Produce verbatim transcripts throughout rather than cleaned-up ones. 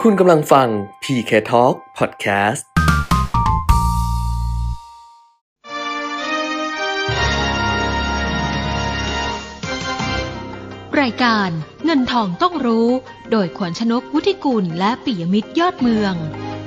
คุณกำลังฟัง พี เค Talk Podcast รายการเงินทองต้องรู้โดยขวัญชนก วุฒิกุลและปิยมิตรยอดเมือง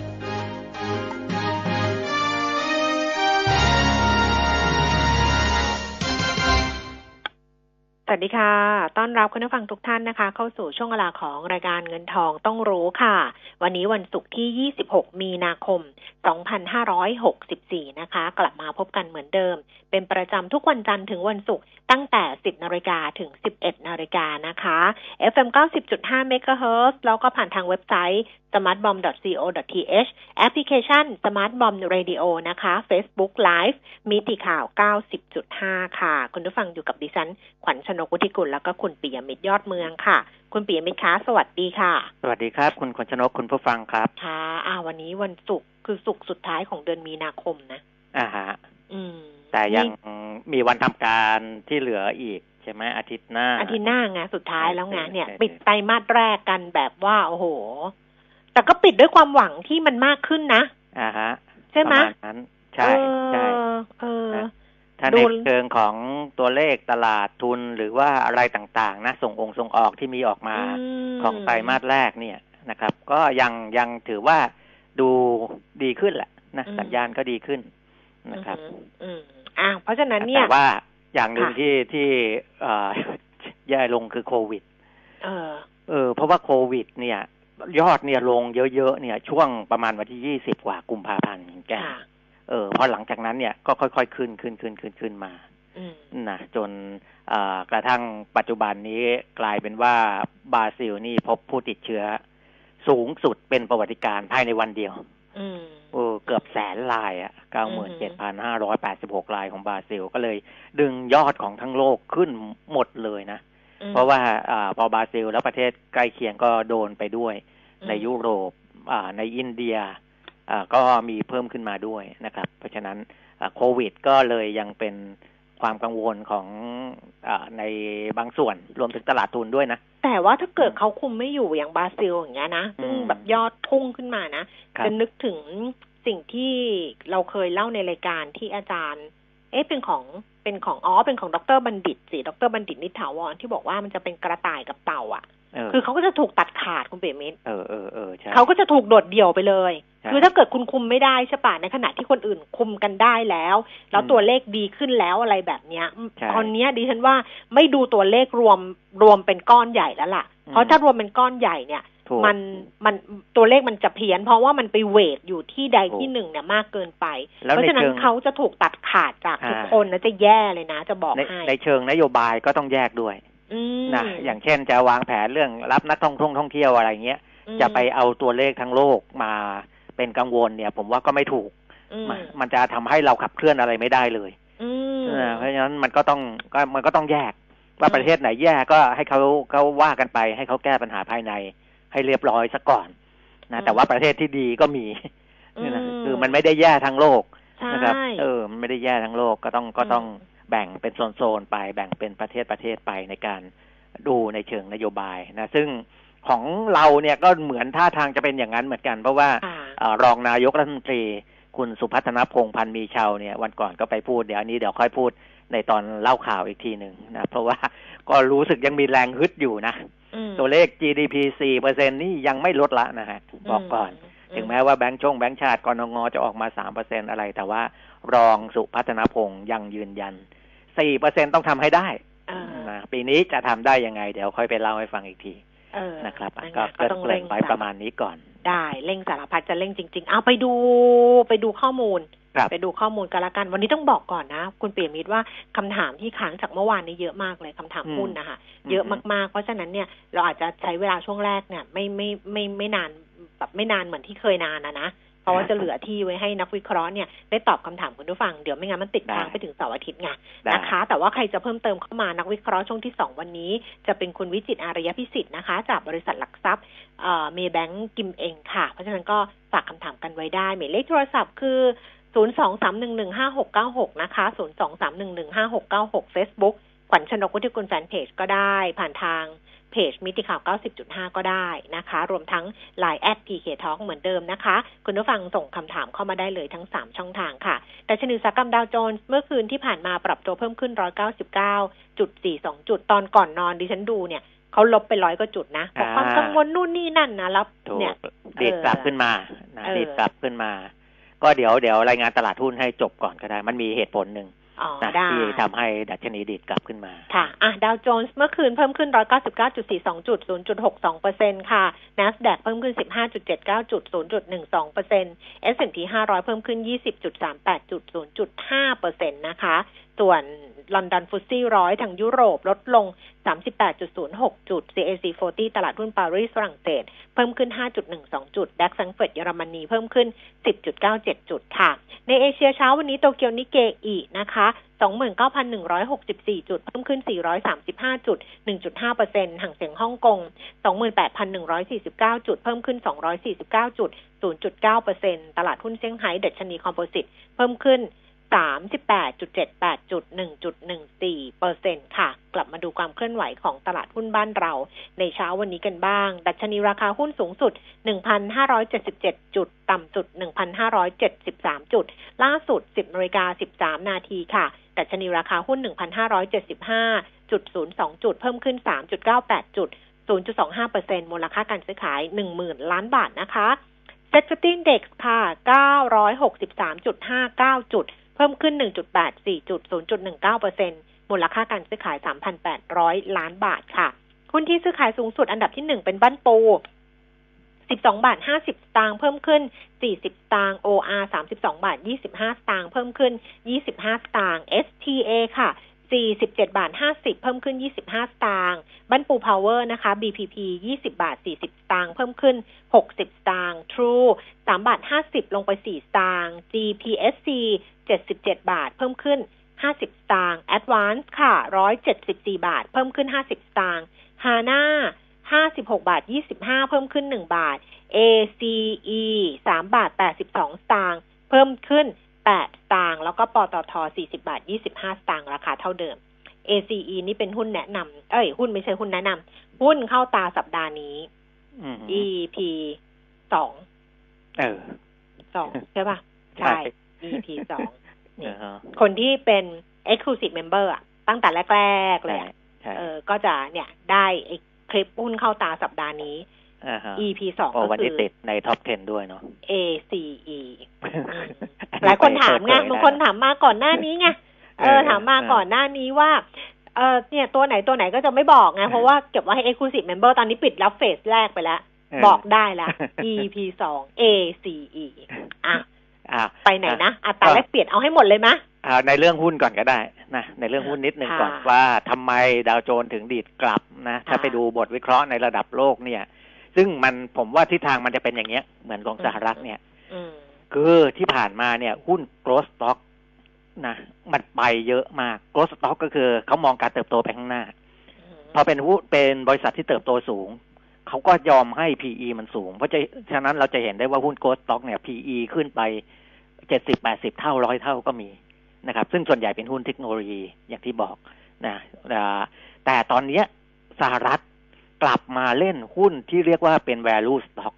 สวัสดีค่ะต้อนรับคุณผู้ฟังทุกท่านนะคะเข้าสู่ช่วงเวลาของรายการเงินทองต้องรู้ค่ะวันนี้วันศุกร์ที่ยี่สิบหกมีนาคมสองพันห้าร้อยหกสิบสี่นะคะกลับมาพบกันเหมือนเดิมเป็นประจำทุกวันจันทร์ถึงวันศุกร์ตั้งแต่ สิบนาฬิกา ถึง สิบเอ็ดนาฬิกานะคะ เอฟ เอ็ม เก้าสิบจุดห้า เมกะเฮิรตซ์แล้วก็ผ่านทางเว็บไซต์ สมาร์ทบอม ดอท ซี โอ ดอท ที เอช แอปพลิเคชัน Smart Bomb Radio นะคะ Facebook Live มิติข่าว เก้าสิบจุดห้า ค่ะคุณผู้ฟังอยู่กับดิฉันขวัญชนก วุฒิกุลแล้วก็คุณปิยมิตรยอดเมืองค่ะคุณปิยมิตรคะสวัสดีค่ะสวัสดีครับคุณขวัญชนกคุณผู้ฟังครับค่ะอ่าวันนี้วันศุกร์คือศุกร์สุดท้ายของเดือนมีนาคมนะอ่าฮะอืมแต่ยังมีวันทำการที่เหลืออีกใช่ไหมอาทิตย์หน้าอาทิตย์หน้าไงสุดท้ายแล้วไงเนี่ยปิดไตรมาสแรกกันแบบว่าโอ้โหแต่ก็ปิดด้วยความหวังที่มันมากขึ้นนะอ่าฮะใช่ไหมประมาณนั้นใช่ใช่เออถ้าในเชิงของตัวเลขตลาดทุนหรือว่าอะไรต่างๆนะส่งองค์ส่งออกที่มีออกมาของไตรมาสแรกเนี่ยนะครับก็ยังยังถือว่าดูดีขึ้นแหละนะสัญญาณก็ดีขึ้นนะครับอืมอ่าเพราะฉะนั้นเนี่ยแต่ว่าอย่างหนึ่งที่ที่เอ่อแย่ลงคือโควิดเออเออเพราะว่าโควิดเนี่ยยอดเนี่ยลงเยอะๆเนี่ยช่วงประมาณวันที่ยี่สิบกว่ากุมภาพันธ์แกเออพอหลังจากนั้นเนี่ยก็ค่อยๆขึ้นขึ้นขึ้นขึ้นขึ้นมานะจนกระทั่งปัจจุบันนี้กลายเป็นว่าบราซิลนี่พบผู้ติดเชื้อสูงสุดเป็นประวัติการณ์ภายในวันเดียวเออเกือบแสนรายอ่ะ เก้าหมื่นเจ็ดพันห้าร้อยแปดสิบหก รายของบราซิลก็เลยดึงยอดของทั้งโลกขึ้นหมดเลยนะเพราะว่าอ่าพอบราซิลแล้วประเทศใกล้เคียงก็โดนไปด้วยในยุโรปอ่าในอินเดียอ่าก็มีเพิ่มขึ้นมาด้วยนะครับเพราะฉะนั้นโควิดก็เลยยังเป็นความกังวลของอ่าในบางส่วนรวมถึงตลาดทุนด้วยนะแต่ว่าถ้าเกิดเขาคุมไม่อยู่อย่างบราซิลอย่างเงี้ยนะซึ่งแบบยอดพุ่งขึ้นมานะจะนึกถึงสิ่งที่เราเคยเล่าในรายการที่อาจารย์เอ๊ะเป็นของเป็นของอ๋อเป็นของดร.บัณฑิตสิดร.บัณฑิตนิถาวรที่บอกว่ามันจะเป็นกระต่ายกับเต่าอ่ะคือเขาก็จะถูกตัดขาดคุณเปียมิตรเออเออเออใช่เขาก็จะถูกโดดเดี่ยวไปเลยคือถ้าเกิดคุณคุมไม่ได้ใช่ป่ะในขณะที่คนอื่นคุมกันได้แล้วแล้วตัวเลขดีขึ้นแล้วอะไรแบบเนี้ยตอนนี้ดิฉันว่าไม่ดูตัวเลขรวมรวมเป็นก้อนใหญ่แล้วล่ะเพราะถ้ารวมเป็นก้อนใหญ่เนี่ยมันมันตัวเลขมันจะเพี้ยนเพราะว่ามันไปเวทอยู่ที่ใดที่หนึ่งเนี่ยมากเกินไปเพราะฉะนั้นเขาจะถูกตัดขาดจากทุกคนนะจะแย่เลยนะจะบอกให้ในเชิงนโยบายก็ต้องแยกด้วยนะอย่างเช่นจะวางแผนเรื่องรับนักท่องท่องเที่ยวอะไรเงี้ยจะไปเอาตัวเลขทั้งโลกมาเป็นกังวลเนี่ยผมว่าก็ไม่ถูกมันจะทำให้เราขับเคลื่อนอะไรไม่ได้เลยเพราะฉะนั้นมันก็ต้องก็มันก็ต้องแยกว่าประเทศไหนแย่ก็ให้เขาเขาว่ากันไปให้เขาแก้ปัญหาภายในให้เรียบร้อยซะก่อนนะแต่ว่าประเทศที่ดีก็มีนี่นะคือมันไม่ได้แย่ทั้งโลกนะครับเออมันไม่ได้แย่ทั้งโลกก็ต้องก็ต้องแบ่งเป็นโซนๆไปแบ่งเป็นประเทศประเทศไปในการดูในเชิงนโยบายนะซึ่งของเราเนี่ยก็เหมือนท่าทางจะเป็นอย่างนั้นเหมือนกันเพราะว่ารองนายกรัฐมนตรีคุณสุพัฒนพงษ์พันธ์มีเชาเนี่ยวันก่อนก็ไปพูดเดี๋ยวอันนี้เดี๋ยวค่อยพูดในตอนเล่าข่าวอีกทีหนึ่งนะเพราะว่าก็รู้สึกยังมีแรงฮึดอยู่นะตัวเลข จี ดี พี สี่เปอร์เซ็นต์ นี่ยังไม่ลดละนะฮะบอกก่อนถึงแม้ว่าแบงก์ชงแบงก์ชาติกนงจะออกมา สามเปอร์เซ็นต์ อะไรแต่ว่ารองสุพัฒนพงษ์ยังยืนยัน สี่เปอร์เซ็นต์ ต้องทำให้ได้นะปีนี้จะทำได้ยังไงเดี๋ยวค่อยไปเล่าให้ฟังอีกทีนะครับก็ต้องเร่งไปประมาณนี้ก่อนได้เร่งสารพัดจะเร่งจริงๆเอาไปดูไปดูข้อมูลไปดูข้อมูลกันละกันวันนี้ต้องบอกก่อนนะคุณเปียมิตรว่าคำถามที่ค้างจากเมื่อวานนี้เยอะมากเลยคำถามหุ้นนะคะเยอะมากๆเพราะฉะนั้นเนี่ยเราอาจจะใช้เวลาช่วงแรกเนี่ยไม่ไม่ไม่ไม่นานแบบไม่นานเหมือนที่เคยนานนะนะเพราะว่าจะเหลือที่ไว้ให้นักวิเคราะห์เนี่ยได้ตอบคำถามคุณผู้ฟังเดี๋ยวไม่งั้นมันติดค้างไปถึงเสาร์อาทิตย์ไงนะคะแต่ว่าใครจะเพิ่มเติมเข้ามานักวิเคราะห์ช่วงที่สองวันนี้จะเป็นคุณวิจิตรอารยพิสิทธิ์นะคะจากบริษัทหลักทรัพย์เอ่อเมย์แบงก์กิมเองค่ะเพราะฉะนั้นก็ฝากคำถามกันไว้ได้หมายเลขโทรศัพท์คือศูนย์ สอง สาม หนึ่ง หนึ่ง ห้า หก เก้า หกนะคะศูนย์ สอง สาม หนึ่ง หนึ่ง ห้า หก เก้า หก Facebook ขวัญชนกวุฒิกุลแฟนเพจก็ได้ผ่านทางเพจมิติข่าว เก้าสิบจุดห้า ก็ได้นะคะรวมทั้ง ไลน์ แอท พี เค Talk เหมือนเดิมนะคะคุณผู้ฟังส่งคำถามเข้ามาได้เลยทั้งสามช่องทางค่ะดัชนีอุตสาหกรรมดาวโจนส์เมื่อคืนที่ผ่านมาปรับตัวเพิ่มขึ้นหนึ่งร้อยเก้าสิบเก้าจุดสี่สอง จุดตอนก่อนนอนดิฉันดูเนี่ยเขาลบไปร้อยกว่าจุดนะเพราะความกังวลนู่นนี่นั่นนะแล้วเนี่ยดีดกลับขึ้นมานะดีดกลับขึ้นมาก็เดี๋ยวเดี๋ยวรายงานตลาดหุ้นให้จบก่อนก็ได้มันมีเหตุผลหนึ่งนะที่ทำให้ดัชนีดีดกลับขึ้นมาค่ะอ่ะดาวโจนส์เมื่อคืนเพิ่มขึ้นหนึ่งร้อยเก้าสิบเก้าจุดสี่สอง จุด ศูนย์จุดหกสองเปอร์เซ็นต์ ค่ะ NASDAQ เพิ่มขึ้น สิบห้าจุดเจ็ดเก้า จุด ศูนย์จุดหนึ่งสองเปอร์เซ็นต์ เอส แอนด์ พี ห้าร้อยเพิ่มขึ้น ยี่สิบจุดสามแปด จุด ศูนย์จุดห้าเปอร์เซ็นต์ นะคะส่วนลอนดอนฟุตซี่ร้อยทางยุโรปลดลง สามสิบแปดจุดศูนย์หก จุด ซี เอ ซี สี่สิบ ตลาดหุ้นปารีสฝรั่งเศสเพิ่มขึ้น ห้าจุดหนึ่งสอง จุด ดัค แฟรงก์เฟิร์ตเยอรมนีเพิ่มขึ้น สิบจุดเก้าเจ็ด จุดค่ะในเอเชียเช้าวันนี้โตเกียวนิเกอินะคะ สองหมื่นเก้าพันหนึ่งร้อยหกสิบสี่ จุดเพิ่มขึ้นสี่ร้อยสามสิบห้าจุด หนึ่งจุดห้าเปอร์เซ็นต์ ห่างเสียงฮ่องกง สองหมื่นแปดพันหนึ่งร้อยสี่สิบเก้า จุดเพิ่มขึ้นสองร้อยสี่สิบเก้าจุด ศูนย์จุดเก้าเปอร์เซ็นต์ ตลาดหุ้นเซี่ยงไฮ้ดัชนีคอมโพสิตเพิ่มขึ้นสามสิบแปดจุดเจ็ดแปด จุด หนึ่งจุดหนึ่งสี่เปอร์เซ็นต์ ค่ะกลับมาดูความเคลื่อนไหวของตลาดหุ้นบ้านเราในเช้าวันนี้กันบ้างดัชนีราคาหุ้นสูงสุด หนึ่งพันห้าร้อยเจ็ดสิบเจ็ด จุดต่ำสุด หนึ่งพันห้าร้อยเจ็ดสิบสาม จุดล่าสุด สิบนาฬิกาสิบสามนาทีค่ะดัชนีราคาหุ้น หนึ่งพันห้าร้อยเจ็ดสิบห้าจุดศูนย์สอง จุดเพิ่มขึ้น สามจุดเก้าแปด จุด ศูนย์จุดสองห้าเปอร์เซ็นต์ มูลค่าการซื้อขาย หนึ่งหมื่น ล้านบาทนะคะเซ็ตฟิฟตี้ Index ค่ะ เก้าร้อยหกสิบสามจุดห้าเก้า จุดเพิ่มขึ้น หนึ่งจุดแปดสี่ จุด ศูนย์จุดหนึ่งเก้าเปอร์เซ็นต์ มูลค่าการซื้อขาย สามพันแปดร้อย ล้านบาทค่ะหุ้นที่ซื้อขายสูงสุดอันดับที่หนึ่งเป็นบ้านปูสิบสองบาทห้าสิบสตางค์เพิ่มขึ้นสี่สิบสตางค์ โอ อาร์ สามสิบสองบาทยี่สิบห้าสตางค์เพิ่มขึ้นยี่สิบห้าสตางค์ เอส ที เอ ค่ะสี่สิบเจ็ดบาทห้าสิบเพิ่มขึ้นยี่สิบห้าสตางค์บ้านปูพาวเวอร์นะคะ บี พี พี ยี่สิบบาทสี่สิบสตางค์เพิ่มขึ้นหกสิบสตางค์ True สามบาทห้าสิบลงไปสี่สตางค์ จี พี เอส ซี เจ็ดสิบเจ็ดบาทเพิ่มขึ้นห้าสิบสตางค์ Advance ค่ะหนึ่งร้อยเจ็ดสิบสี่บาทเพิ่มขึ้นห้าสิบสตางค์ Hana ห้าสิบหกบาทยี่สิบห้าเพิ่มขึ้นหนึ่งบาท เอ ซี อี สามบาทแปดสิบสองสตางค์เพิ่มขึ้นแปดสตางค์แล้วก็ปตทสี่สิบบาทยี่สิบห้าสตางค์ราคาเท่าเดิม เอ ซี อี นี่เป็นหุ้นแนะนำเอ้ยหุ้นไม่ใช่หุ้นแนะนำหุ้นเข้าตาสัปดาห์นี้ อี พี สองเออสองใช่ป่ะใช่ อี พี สองนี่คนที่เป็น Exclusive Member อ่ะตั้งแต่แรกๆเลยเออก็จะเนี่ยได้ไอ้คลิปหุ้นเข้าตาสัปดาห์นี้ อี พี สองก็คือวันนี้ติดในท็อปสิบด้วยเนาะเอ ซี อี หลายคนถามไงบางคนถามมาก่อนหน้านี้ไงเออถามมาก่อนหน้านี้ว่าเออเนี่ยตัวไหนตัวไหนก็จะไม่บอกไงเพราะว่าเก็บไว้ให้ Exclusive Member ตอนนี้ปิดแล้วเฟสแรกไปแล้วบอกได้ละ อี พี สอง เอ ซี อี อ่ะไปไหนนะอัตราแลกเปลี่ยนเอาให้หมดเลยมะอ่าในเรื่องหุ้นก่อนก็ได้นะในเรื่องหุ้นนิดนึงก่อนว่าทำไมดาวโจนส์ถึงดีดกลับนะถ้าไปดูบทวิเคราะห์ในระดับโลกเนี่ยซึ่งมันผมว่าทิศทางมันจะเป็นอย่างเงี้ยเหมือนของสหรัฐเนี่ยคือที่ผ่านมาเนี่ยหุ้น growth stock นะมันไปเยอะมาก growth stock ก็คือเขามองการเติบโตไปข้างหน้าพอเป็นหุ้นเป็นบริษัทที่เติบโตสูงเขาก็ยอมให้ พี อี มันสูงเพราะฉะนั้นเราจะเห็นได้ว่าหุ้น growth stock เนี่ย พี อี ขึ้นไปเจ็ดสิบ แปดสิบเท่าร้อยเท่าก็มีนะครับซึ่งส่วนใหญ่เป็นหุ้นเทคโนโลยีอย่างที่บอกนะแต่ตอนนี้สหรัฐกลับมาเล่นหุ้นที่เรียกว่าเป็น value stock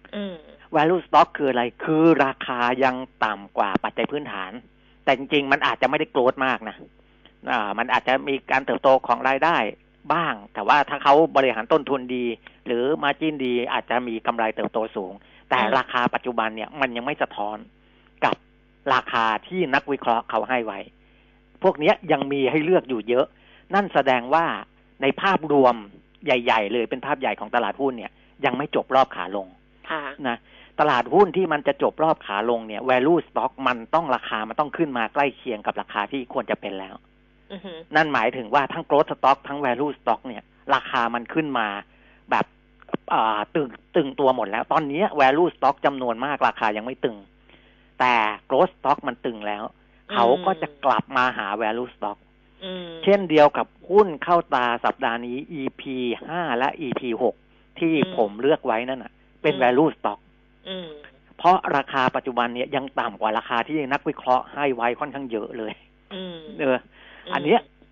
value stock คืออะไรคือราคายังต่ำกว่าปัจจัยพื้นฐานแต่จริงๆมันอาจจะไม่ได้โกรธมากนะอ่ามันอาจจะมีการเติบโตของรายได้บ้างแต่ว่าถ้าเขาบริหารต้นทุนดีหรือ margin ดีอาจจะมีกำไรเติบโตสูงแต่ราคาปัจจุบันเนี่ยมันยังไม่สะท้อนกับราคาที่นักวิเคราะห์เขาให้ไว้พวกนี้ยังมีให้เลือกอยู่เยอะนั่นแสดงว่าในภาพรวมใหญ่ๆเลยเป็นภาพใหญ่ของตลาดหุ้นเนี่ยยังไม่จบรอบขาลงนะตลาดหุ้นที่มันจะจบรอบขาลงเนี่ย value stock มันต้องราคามันต้องขึ้นมาใกล้เคียงกับราคาที่ควรจะเป็นแล้ว uh-huh. นั่นหมายถึงว่าทั้ง growth stock ทั้ง value stock เนี่ยราคามันขึ้นมาแบบตึงตึงตัวหมดแล้วตอนนี้ value stock จำนวนมากราคายังไม่ตึงแต่ growth stock มันตึงแล้วเขาก็จะกลับมาหา value stock เช่นเดียวกับหุ้นเข้าตาสัปดาห์นี้ อี พี ห้า และ อี พี หกที่ผมเลือกไว้นั่นน่ะเป็น value stock เพราะราคาปัจจุบันเนี่ยยังต่ำกว่าราคาที่นักวิเคราะห์ให้ไว้ค่อนข้างเยอะเลยเอออันเนี้ย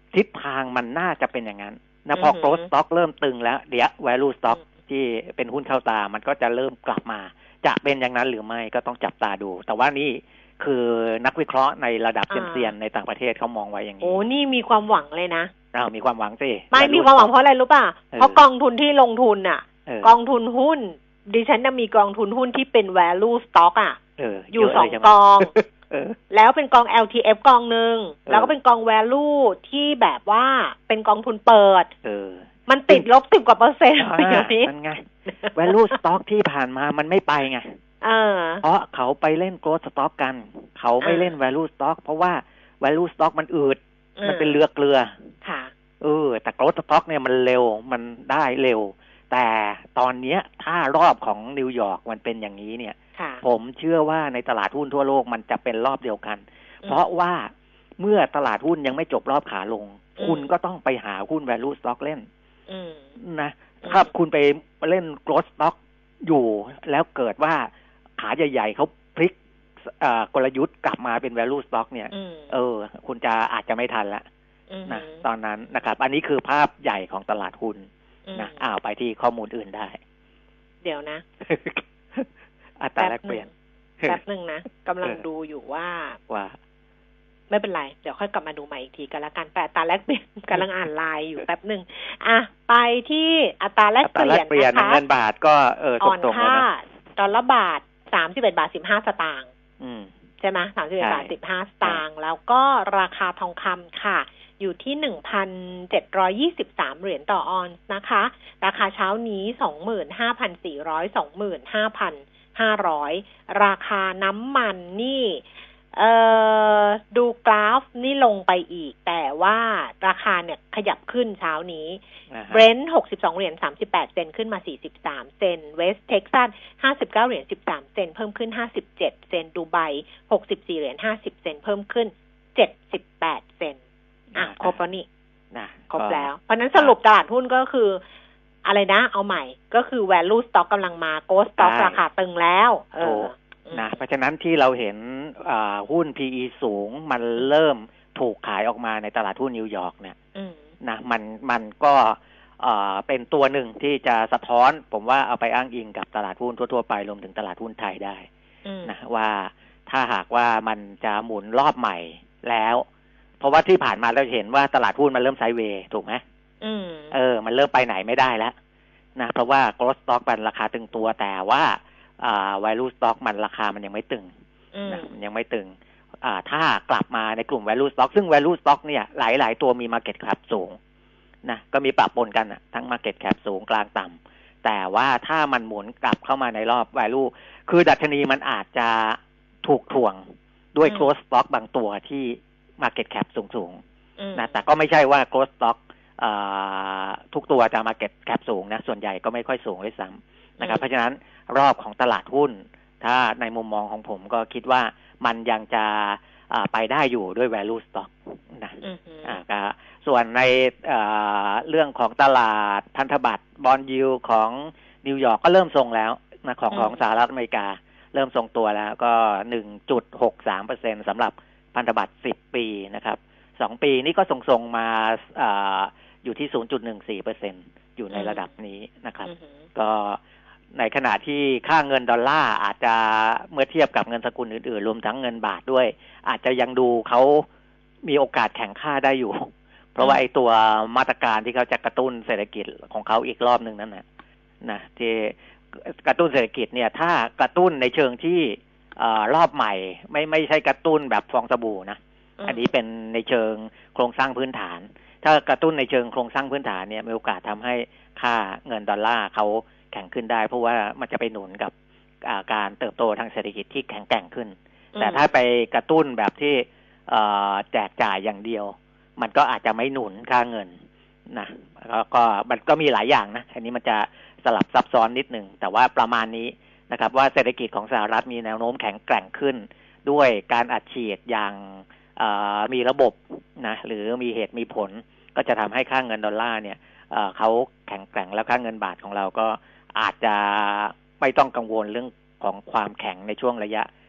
ทิศทางมันน่าจะเป็นอย่างนั้นนะพอ growth stock เริ่มตึงแล้วเดี๋ยว value stock ที่เป็นหุ้นเข้าตามันก็จะเริ่มกลับมาจะเป็นอย่างนั้นหรือไม่ก็ต้องจับตาดูแต่ว่านี่คือนักวิเคราะห์ในระดับเซียนๆในต่างประเทศเขามองไว้อย่างนี้โอ้นี่มีความหวังเลยนะอ้าวมีความหวังสิไม่มีความหวังเพราะอะไรรู้ป่ะเพราะกองทุนที่ลงทุนน่ะกองทุนหุ้นดิฉันจะมีกองทุนหุ้นที่เป็น value stock อ่ะอยู่สองกองแล้วเป็นกอง แอล ที เอฟ กองนึงแล้วก็เป็นกอง value ที่แบบว่าเป็นกองทุนเปิดมันติดลบสิบกว่าเปอร์เซ็นต์อย่างนี้มันไง value stock ที่ผ่านมามันไม่ไปไงเพราะเขาไปเล่น growth stock กันเขาไม่เล่น value stock เพราะว่า value stock มันอืดมันเป็นเรือเกลือค่ะเออแต่ growth stock เนี่ยมันเร็วมันได้เร็วแต่ตอนนี้ถ้ารอบของนิวยอร์กมันเป็นอย่างนี้เนี่ยผมเชื่อว่าในตลาดหุ้นทั่วโลกมันจะเป็นรอบเดียวกันเพราะว่าเมื่อตลาดหุ้นยังไม่จบรอบขาลงคุณก็ต้องไปหาหุ้น value stock เล่นนะถ้าคุณไปเล่น growth stock อยู่แล้วเกิดว่าขาใหญ่ๆเขาพลิกกลยุทธ์กลับมาเป็น value stock เนี่ยเออคุณจะอาจจะไม่ทันละนะตอนนั้นนะครับอันนี้คือภาพใหญ่ของตลาดหุ้นนะอ้าวไปที่ข้อมูลอื่นได้เดี๋ยวนะอัตราแลกเปลี่ยนแป๊บนึงนะกำลังดูอยู่ว่าว่าไม่เป็นไรเดี๋ยวค่อยกลับมาดูใหม่อีกทีกันละกันแต่อัตราแลกเปลี่ยนกำลังอ่านไลน์อยู่แป๊บนึงอ่ะไปที่อัตราแลกเปลี่ยนนะคะเงินบาทก็เออตรงๆแล้วนะดอลลาร์บาทสามสิบเอ็ดบาทสิบห้าสตางค์ใช่ไหมสามสิบเอ็ดบาทสิบห้าสตางค์แล้วก็ราคาทองคำค่ะอยู่ที่ หนึ่งพันเจ็ดร้อยยี่สิบสาม เหรียญต่อออนซ์นะคะราคาเช้านี้ สองหมื่นห้าพันสี่ร้อย สองหมื่นห้าพันห้าร้อย ราคาน้ำมันนี่เอ่อดูกราฟนี่ลงไปอีกแต่ว่าราคาเนี่ยขยับขึ้นเช้านี้ Brent หกสิบสองเหรียญสามสิบแปดเซนต์ขึ้นมาสี่สิบสามเซนต์ West Texas ห้าสิบเก้าเหรียญสิบสามเซนต์เพิ่มขึ้นห้าสิบเจ็ดเซนต์ดูไบหกสิบสี่เหรียญห้าสิบเซนต์เพิ่มขึ้นเจ็ดสิบแปดเซนต์อ่ะครบแล้วนี่นะครบแล้วเพราะนั้นสรุปตลาดหุ้นก็คืออะไรนะเอาใหม่ก็คือ value stock กำลังมา growth stock ราคาตึงแล้วเออนะเพราะฉะนั้นที่เราเห็นหุ้น พี อี สูงมันเริ่มถูกขายออกมาในตลาดหุ้นนิวยอร์กเนี่ยนะมันมันก็เป็นตัวหนึ่งที่จะสะท้อนผมว่าเอาไปอ้างอิงกับตลาดหุ้นทั่วๆไปรวมถึงตลาดหุ้นไทยได้นะว่าถ้าหากว่ามันจะหมุนรอบใหม่แล้วเพราะว่าที่ผ่านมาเราเห็นว่าตลาดหุ้นมันเริ่มไซด์เวย์ถูกไหมเออมันเริ่มไปไหนไม่ได้แล้วนะเพราะว่า growth stock มันราคาตึงตัวแต่ว่าอ่า value stock มันราคามันยังไม่ตึงนะมันยังไม่ตึงอ่าถ้ากลับมาในกลุ่ม value stock ซึ่ง value stock เนี่ยหลายๆตัวมี market cap สูงนะก็มีปะปนกันนะทั้ง market cap สูงกลางต่ำแต่ว่าถ้ามันหมุนกลับเข้ามาในรอบ value คือดัชนีมันอาจจะถูกถ่วงด้วย growth stock บางตัวที่ market cap สูงๆนะแต่ก็ไม่ใช่ว่า growth stock ทุกตัวจะ market cap สูงนะส่วนใหญ่ก็ไม่ค่อยสูงด้วยซ้ำนะครับเพราะฉะนั้นรอบของตลาดหุ้นถ้าในมุมมองของผมก็คิดว่ามันยังจะไปได้อยู่ด้วย value stock นะอ่าส่วนในเรื่องของตลาดพันธบัตรบอนด์ยิลด์ของนิวยอร์กก็เริ่มทรงแล้วนะของของสหรัฐอเมริกาเริ่มทรงตัวแล้วก็ หนึ่งจุดหกสามเปอร์เซ็นต์ สำหรับพันธบัตรสิบปีนะครับสองปีนี้ก็ทรงๆมาอ่าอยู่ที่ ศูนย์จุดหนึ่งสี่เปอร์เซ็นต์ อยู่ในระดับนี้นะครับก็ในขณะที่ค่าเงินดอลลาร์อาจจะเมื่อเทียบกับเงินสกุลอื่นๆรวมทั้งเงินบาทด้วยอาจจะยังดูเขามีโอกาสแข่งค่าได้อยู่เพราะว่าไอ้ตัวมาตรการที่เขาจะกระตุ้นเศรษฐกิจของเขาอีกรอบนึงนั่นนะนะที่กระตุ้นเศรษฐกิจเนี่ยถ้ากระตุ้นในเชิงที่รอบใหม่ไม่ไม่ใช่กระตุ้นแบบฟองสบู่นะอันนี้เป็นในเชิงโครงสร้างพื้นฐานถ้ากระตุ้นในเชิงโครงสร้างพื้นฐานเนี่ยมีโอกาสทำให้ค่าเงินดอลลาร์เขาแข็งขึ้นได้เพราะว่ามันจะไปหนุนกับการเติบโตทางเศรษฐกิจที่แข็งแกร่งขึ้นแต่ถ้าไปกระตุ้นแบบที่แจกจ่ายอย่างเดียวมันก็อาจจะไม่หนุนค่าเงินนะแล้วก็มันก็มีหลายอย่างนะอันนี้มันจะสลับซับซ้อนนิดนึงแต่ว่าประมาณนี้นะครับว่าเศรษฐกิจของสหรัฐมีแนวโน้มแข็งแกร่งขึ้นด้วยการอัดฉีดอย่างมีระบบนะหรือมีเหตุมีผลก็จะทำให้ค่าเงินดอลลาร์เนี่ยเขาแข็งแกร่งแล้วค่าเงินบาทของเราก็อาจจะไม่ต้องกังวลเรื่องของความแข็งในช่วงระยะ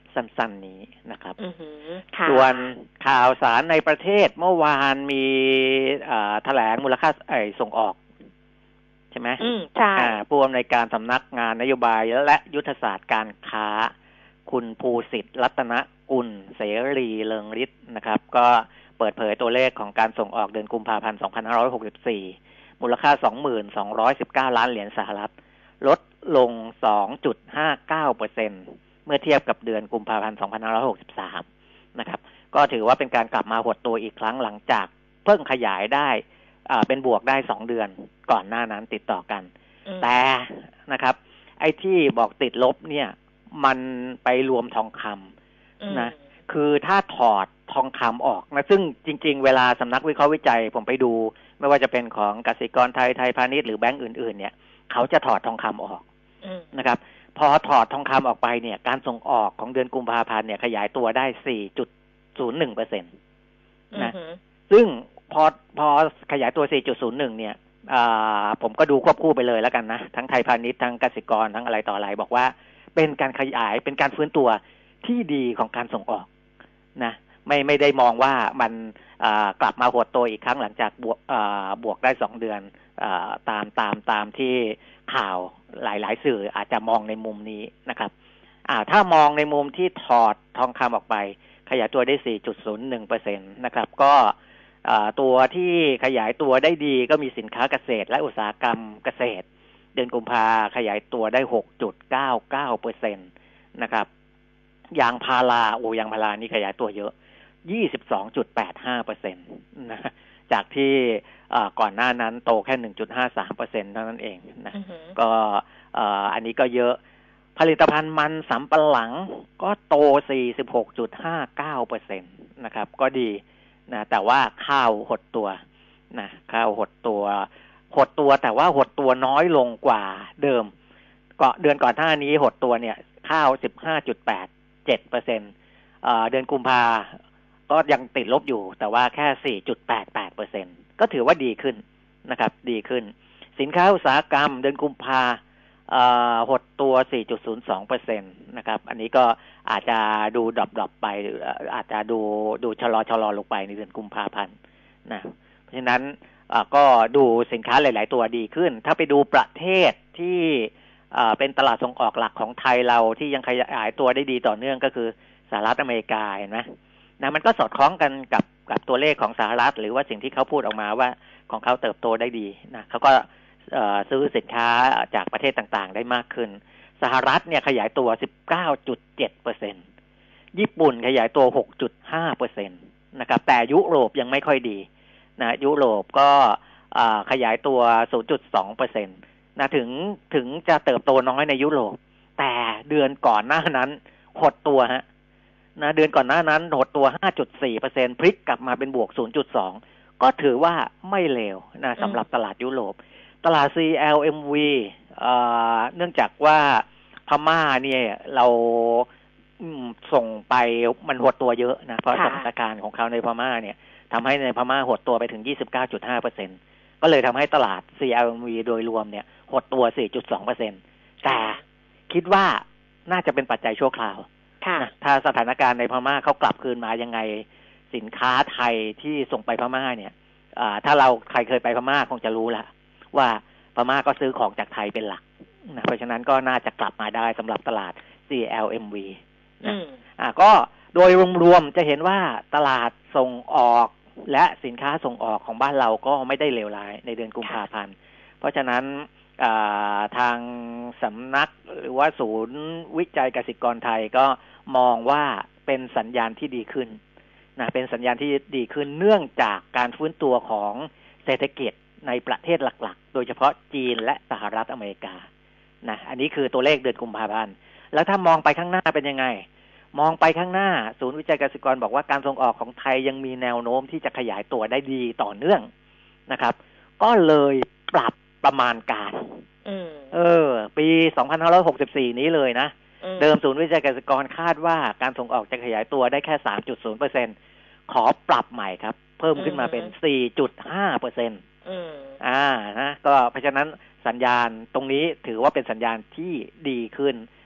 สั้นๆนี้นะครับส่วนข่าวสารในประเทศเมื่อวานมีแถลงมูลค่าไอ้ส่งออกใช่ไหมอืมใช่ผู้อำนวยการสำนักงานนโยบายและยุทธศาสตร์การค้าคุณภูสิทธิ์รัตนกุลเสรีเริงฤทธิ์นะครับก็เปิดเผยตัวเลขของการส่งออกเดือนกุมภาพันธ์สองพันห้าร้อยหกสิบสี่มูลค่า สองหมื่นสองร้อยสิบเก้า ล้านเหรียญสหรัฐลดลง สองจุดห้าเก้าเปอร์เซ็นต์ เมื่อเทียบกับเดือนกุมภาพันธ์สองพันห้าร้อยหกสิบสามนะครับก็ถือว่าเป็นการกลับมาหดตัวอีกครั้งหลังจากเพิ่งขยายได้อ่าเป็นบวกได้สองเดือนก่อนหน้านั้นติดต่อกันแต่นะครับไอ้ที่บอกติดลบเนี่ยมันไปรวมทองคำนะคือถ้าถอดทองคำออกนะซึ่งจริงๆเวลาสำนักวิเคราะห์วิจัยผมไปดูไม่ว่าจะเป็นของกสิกรไทยไทยพาณิชย์หรือแบงก์อื่นๆเนี่ยเขาจะถอดทองคำออกนะครับพอถอดทองคำออกไปเนี่ยการส่งออกของเดือนกุมภาพันธ์เนี่ยขยายตัวได้ สี่จุดศูนย์หนึ่งเปอร์เซ็นต์ นะซึ่งพอพอขยายตัว สี่จุดศูนย์หนึ่ง เนี่ยผมก็ดูควบคู่ไปเลยแล้วกันนะทั้งไทยพาณิชย์ทั้งกสิกรทั้งอะไรต่ออะไรบอกว่าเป็นการขยายเป็นการฟื้นตัวที่ดีของการส่งออกนะไม่ไม่ได้มองว่ามันกลับมาหดตัวอีกครั้งหลังจากบวกบวกได้สองเดือนตามตามตามที่ข่าวหลายๆสื่ออาจจะมองในมุมนี้นะครับถ้ามองในมุมที่ถอดทองคำออกไปขยายตัวได้ สี่จุดศูนย์หนึ่งเปอร์เซ็นต์ นะครับก็ตัวที่ขยายตัวได้ดีก็มีสินค้าเกษตรและอุตสาหกรรมเกษตรเดือนกุมภาขยายตัวได้ หกจุดเก้าเก้าเปอร์เซ็นต์ นะครับยางพาราโอ้ยางพารานี่ขยายตัวเยอะ ยี่สิบสองจุดแปดห้าเปอร์เซ็นต์ นะจากที่ก่อนหน้านั้นโตแค่ หนึ่งจุดห้าสามเปอร์เซ็นต์ เท่านั้นเองนะ uh-huh. ก็อันนี้ก็เยอะผลิตภัณฑ์มันสำปะหลังก็โต สี่สิบหกจุดห้าเก้าเปอร์เซ็นต์ นะครับก็ดีนะแต่ว่าข้าวหดตัวนะข้าวหดตัวหดตัวแต่ว่าหดตัวน้อยลงกว่าเดิมก็เดือนก่อนหน้านี้หดตัวเนี่ยข้าว สิบห้าจุดแปดเจ็ดเปอร์เซ็นต์ เอ่อเดือนกุมภาก็ยังติดลบอยู่แต่ว่าแค่ สี่จุดแปดแปดเปอร์เซ็นต์ ก็ถือว่าดีขึ้นนะครับดีขึ้นสินค้าอุตสาหกรรมเดือนกุมภาเอ่อหดตัว สี่จุดศูนย์สองเปอร์เซ็นต์ นะครับอันนี้ก็อาจจะดูดรอปๆไปอาจจะดูดูชะลอชะลอลงไปในเดือนกุมภาพันธ์นะเพราะฉะนั้นก็ดูสินค้าหลายๆตัวดีขึ้นถ้าไปดูประเทศที่เป็นตลาดส่งออกหลักของไทยเราที่ยังขยายตัวได้ดีต่อเนื่องก็คือสหรัฐอเมริกาเห็นไหมนะมันก็สอดคล้องกันกับกับตัวเลขของสหรัฐหรือว่าสิ่งที่เขาพูดออกมาว่าของเขาเติบโตได้ดีนะเขาก็ซื้อสินค้าจากประเทศต่างๆได้มากขึ้นสหรัฐเนี่ยขยายตัว สิบเก้าจุดเจ็ดเปอร์เซ็นต์ ญี่ปุ่นขยายตัว หกจุดห้าเปอร์เซ็นต์ นะครับแต่ยุโรปยังไม่ค่อยดีนะยุโรปก็ขยายตัว ศูนย์จุดสองเปอร์เซ็นต์ นะถึงถึงจะเติบโตน้อยในยุโรปแต่เดือนก่อนหน้านั้นหดตัวฮะนะเดือนก่อนหน้านั้นหดตัว ห้าจุดสี่เปอร์เซ็นต์ พลิกกลับมาเป็นบวก ศูนย์จุดสอง ก็ถือว่าไม่เลวนะสำหรับตลาดยุโรปตลาด ซี แอล เอ็ม วี เอ่อเนื่องจากว่าพม่าเนี่ยเราส่งไปมันหดตัวเยอะนะเพราะสถานการณ์ของเขาในพม่าเนี่ยทำให้ในพม่าหดตัวไปถึง ยี่สิบเก้าจุดห้าเปอร์เซ็นต์ ก็เลยทำให้ตลาด ซี แอล เอ็ม วี โดยรวมเนี่ยหดตัว สี่จุดสองเปอร์เซ็นต์ แต่คิดว่าน่าจะเป็นปัจจัยชั่วคราวนะถ้าสถานการณ์ในพม่าเขากลับคืนมายังไงสินค้าไทยที่ส่งไปพม่าเนี่ยถ้าเราใครเคยไปพม่าคงจะรู้ละว่าพม่าก็ซื้อของจากไทยเป็นหลักนะเพราะฉะนั้นก็น่าจะกลับมาได้สำหรับตลาด ซี แอล เอ็ม วี นะอ่าก็โดยรวมๆจะเห็นว่าตลาดส่งออกและสินค้าส่งออกของบ้านเราก็ไม่ได้เลวร้ายในเดือนกุมภาพันธ์เพราะฉะนั้นทางสำนักหรือว่าศูนย์วิจัยกสิกรไทยก็มองว่าเป็นสัญญาณที่ดีขึ้นนะเป็นสัญญาณที่ดีขึ้นเนื่องจากการฟื้นตัวของเศรษฐกิจในประเทศหลักๆโดยเฉพาะจีนและสหรัฐอเมริกานะอันนี้คือตัวเลขเดือนกุมภาพันธ์แล้วถ้ามองไปข้างหน้าเป็นยังไงมองไปข้างหน้าศูนย์วิจัยเกษตรกรบอกว่าการส่งออกของไทยยังมีแนวโน้มที่จะขยายตัวได้ดีต่อเนื่องนะครับก็เลยปรับประมาณการเออปีสองพันห้าร้อยหกสิบสี่นี้เลยนะเดิมศูนย์วิจัยเกษตรกรคาดว่าการส่งออกจะขยายตัวได้แค่ สามจุดศูนย์เปอร์เซ็นต์ ขอปรับใหม่ครับเพิ่มขึ้นมาเป็น สี่จุดห้าเปอร์เซ็นต์ อ่านะก็เพราะฉะนั้นสัญญาณตรงนี้ถือว่าเป็นสัญญาณที่ดีขึ้น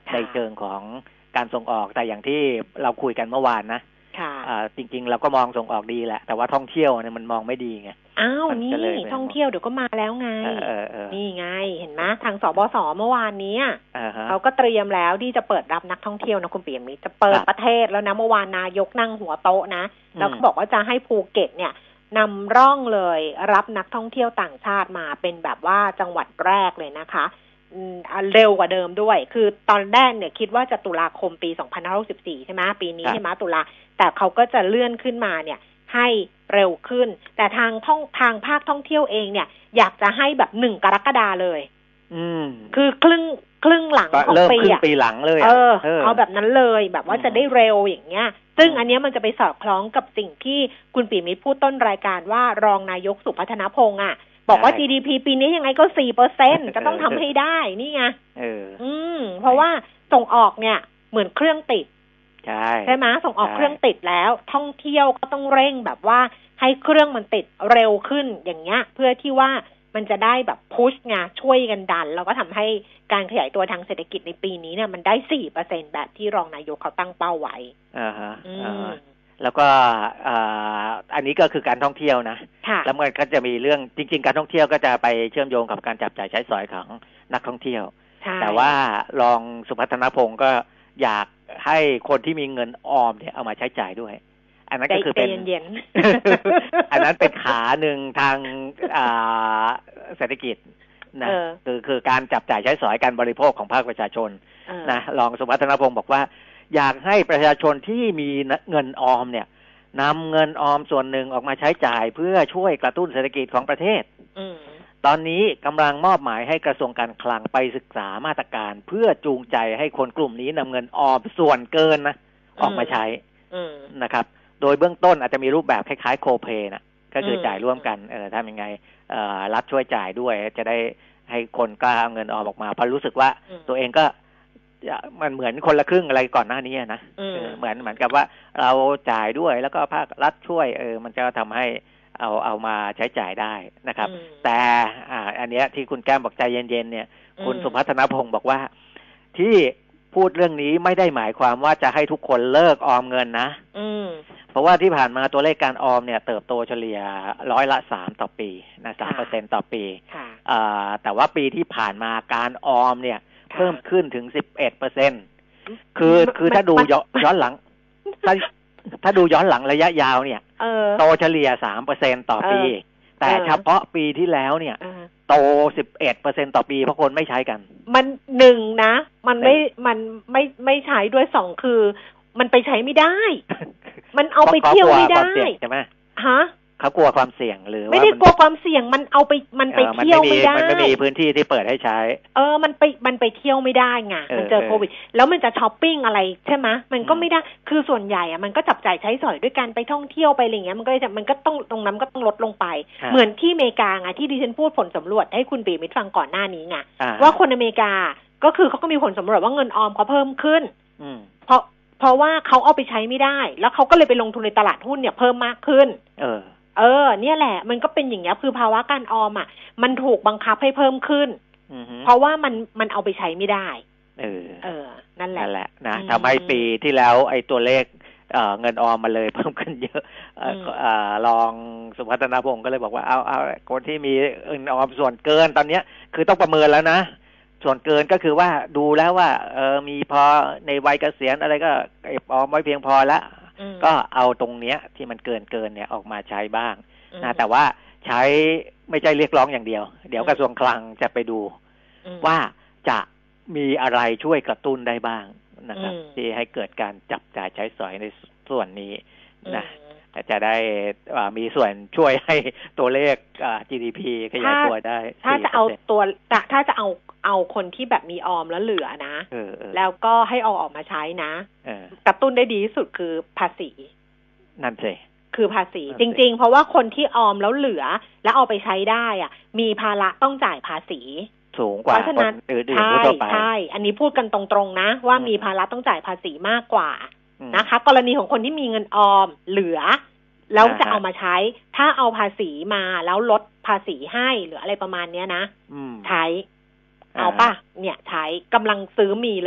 ในเชิงของการส่งออกแต่อย่างที่เราคุยกันเมื่อวานนะจริงๆเราก็มองส่งออกดีแหละแต่ว่าท่องเที่ยวเนี่ยมันมองไม่ดีไงอ้าวนี่ท่องเที่ยวเดี๋ยวก็มาแล้วไงนี่ไงเห็นไหมทางสบสเมื่อวานนี้เขาก็เตรียมแล้วที่จะเปิดรับนักท่องเที่ยวนะคุณเปียมิตรจะเปิดประเทศแล้วนะเมื่อวานนายกนั่งหัวโต๊ะนะแล้วก็บอกว่าจะให้ภูเก็ตเนี่ยนำร่องเลยรับนักท่องเที่ยวต่างชาติมาเป็นแบบว่าจังหวัดแรกเลยนะคะเร็วกว่าเดิมด้วยคือตอนแรกเนี่ยคิดว่าจะตุลาคมปีสองพันห้าร้อยหกสิบสี่ใช่ไหมปีนี้ใช่ไหมตุลาแต่เขาก็จะเลื่อนขึ้นมาเนี่ยให้เร็วขึ้นแต่ทางท่องทางภาคท่องเที่ยวเองเนี่ยอยากจะให้แบบหนึ่งกรกฎาเลยอืมคือครึ่งครึ่งหลังของปีอ่ะปีหลังเลยเออเอาแบบนั้นเลยแบบว่าจะได้เร็วอย่างเงี้ยซึ่งอันนี้มันจะไปสอดคล้องกับสิ่งที่คุณปิ่มมิตรพูดต้นรายการว่ารองนายกสุพัฒนพงษ์อ่ะบอกว่า จี ดี พี ปีนี้ยังไงก็ สี่เปอร์เซ็นต์ จะต้องทำให้ได้นี่ไงเอออืมเพราะว่าส่งออกเนี่ยเหมือนเครื่องติดใช่ใช่ไหมส่งออกเครื่องติดแล้วท่องเที่ยวก็ต้องเร่งแบบว่าให้เครื่องมันติดเร็วขึ้นอย่างเงี้ยเพื่อที่ว่ามันจะได้แบบพุชไงช่วยกันดันแล้วก็ทำให้การขยายตัวทางเศรษฐกิจในปีนี้เนี่ยมันได้ สี่เปอร์เซ็นต์ แบบที่รองนายกเขาตั้งเป้าไว้อ่าฮะแล้วก็อันนี้ก็คือการท่องเที่ยวนะแล้วมันก็จะมีเรื่องจริงๆการท่องเที่ยวก็จะไปเชื่อมโยงกับการจับจ่ายใช้สอยของนักท่องเที่ยวแต่ว่ารองสุพัฒนพงศ์ก็อยากให้คนที่มีเงินออมเนี่ยเอามาใช้จ่ายด้วยอันนั้นก็คือเป็นอันนั้นเป็นขาหนึ่งทางเศรษฐกิจนะคือคือการจับจ่ายใช้สอยการบริโภคของภาคประชาชนนะรองสุพัฒนพงศ์บอกว่าอยากให้ประชาชนที่มีเงินออมเนี่ยนำเงินออมส่วนหนึ่งออกมาใช้จ่ายเพื่อช่วยกระตุ้นเศรษฐกิจของประเทศตอนนี้กำลังมอบหมายให้กระทรวงการคลังไปศึกษามาตรการเพื่อจูงใจให้คนกลุ่มนี้นำเงินออมส่วนเกินนะออกมาใช้นะครับโดยเบื้องต้นอาจจะมีรูปแบบคล้ายๆโคเพย์นะก็คือจ่ายร่วมกันเออทำยังไงรัฐช่วยจ่ายด้วยจะได้ให้คนกล้าเอาเงินออมออกมาเพราะรู้สึกว่าตัวเองก็มันเหมือนคนละครึ่งอะไรก่อนหน้านี้นะเหมือนเหมือนกับว่าเราจ่ายด้วยแล้วก็ภาครัฐช่วยเออมันจะทำให้เอาเอามาใช้จ่ายได้นะครับแต่อ่าอันเนี้ยที่คุณแก้มบอกใจเย็นๆเนี่ยคุณสุพัฒนพงศ์บอกว่าที่พูดเรื่องนี้ไม่ได้หมายความว่าจะให้ทุกคนเลิกออมเงินนะเพราะว่าที่ผ่านมาตัวเลขการออมเนี่ยเติบโตเฉลี่ยร้อยละสามต่อปีนะสามเปอร์เซ็นต์ต่อปีอ่าแต่ว่าปีที่ผ่านมาการออมเนี่ยเพิ่มขึ้นถึงสิบเอ็ดเปอร์เซ็นต์คือคือถ้าดูย้อนหลังถ้าถ้าดูย้อนหลังระยะยาวเนี่ยโตเฉลี่ยสามเปอร์เซ็นต์ต่อปีแต่เฉพาะปีที่แล้วเนี่ยโตสิบเอ็ดเปอร์เซ็นต์ต่อปีเพราะคนไม่ใช้กันมันหนึ่งนะมันไม่มันไม่ไม่ใช้ด้วยสองคือมันไปใช้ไม่ได้มันเอาไปเที่ยวไม่ได้ใช่ไหมฮะเขากลัวความเสี่ยงหรือไม่ได้กลัวความเสี่ยงมันเอาไปมันไปเที่ยวไม่ได้มันไม่มีพื้นที่ที่เปิดให้ใช้เออมันไปมันไปเที่ยวไม่ได้ไงมันเจอโควิดแล้วมันจะช้อปปิ้งอะไรใช่ไหมมันก็ไม่ได้คือส่วนใหญ่อะมันก็จับจ่ายใช้สอยด้วยกันไปท่องเที่ยวไปอะไรเงี้ยมันก็จะมันก็ต้องตรงนั้นก็ต้องลดลงไปเหมือนที่อเมริกาไงที่ดิฉันพูดผลสำรวจให้คุณปีมิตรฟังก่อนหน้านี้ไงว่าคนอเมริกาก็คือเขาก็มีผลสำรวจว่าเงินออมเขาเพิ่มขึ้นเพราะเพราะว่าเขาเอาไปใช้ไม่ได้แล้วเขาก็เลยไปลงทุนในตลาดหุ้นเนี่ยเพิ่มมากขึ้นเออเออเนี่ยแหละมันก็เป็นอย่างเงี้ยคือภาวะการออมอ่ะมันถูกบังคับให้เพิ่มขึ้นเพราะว่ามันมันเอาไปใช้ไม่ได้เออเออนั่นแหละนั่นแหละนะทำให้ปีที่แล้วไอ้ตัวเลขเอ่อเงินออมมาเลยเพิ่มขึ้นเยอะเอ่อรองสุพัฒนพงศ์ก็เลยบอกว่าเอาเอาคนที่มีเงินออมส่วนเกินตอนเนี้ยคือต้องประเมินแล้วนะส่วนเกินก็คือว่าดูแล้วว่าเออมีพอในวัยเกษียณอะไรก็เก็บออมไว้เพียงพอแล้วก็เอาตรงเนี้ยที่มันเกินเกินเนี่ยออกมาใช้บ้างนะแต่ว่าใช้ไม่ใช่เรียกร้องอย่างเดียวเดี๋ยวกระทรวงคลังจะไปดูว่าจะมีอะไรช่วยกระตุ้นได้บ้างนะครับที่ให้เกิดการจับจ่ายใช้สอยในส่วนนี้นะจะได้มีส่วนช่วยให้ตัวเลข จี ดี พี ขยายตัวได้ถ้าจะเอาตัวถ้าจะเอาเอาคนที่แบบมีออมแล้วเหลือนะแล้วก็ให้เอาออกมาใช้นะกระตุ้นได้ดีที่สุดคือภาษีนั่นสิคือภาษีจริงๆเพราะว่าคนที่ออมแล้วเหลือแล้วเอาไปใช้ได้อ่ะมีภาระต้องจ่ายภาษีสูงกว่าคนอื่นๆทั่วไปใช่อันนี้พูดกันตรงๆนะว่ามีภาระต้องจ่ายภาษีมากกว่านะคะกรณีของคนที่มีเงินออมเหลือแล้วจะเอามาใช้ถ้าเอาภาษีมาแล้วลดภาษีให้หรืออะไรประมาณเนี้ยนะใช้เอาป่ะเนี่ยใช้กำลังซื้อมีเลย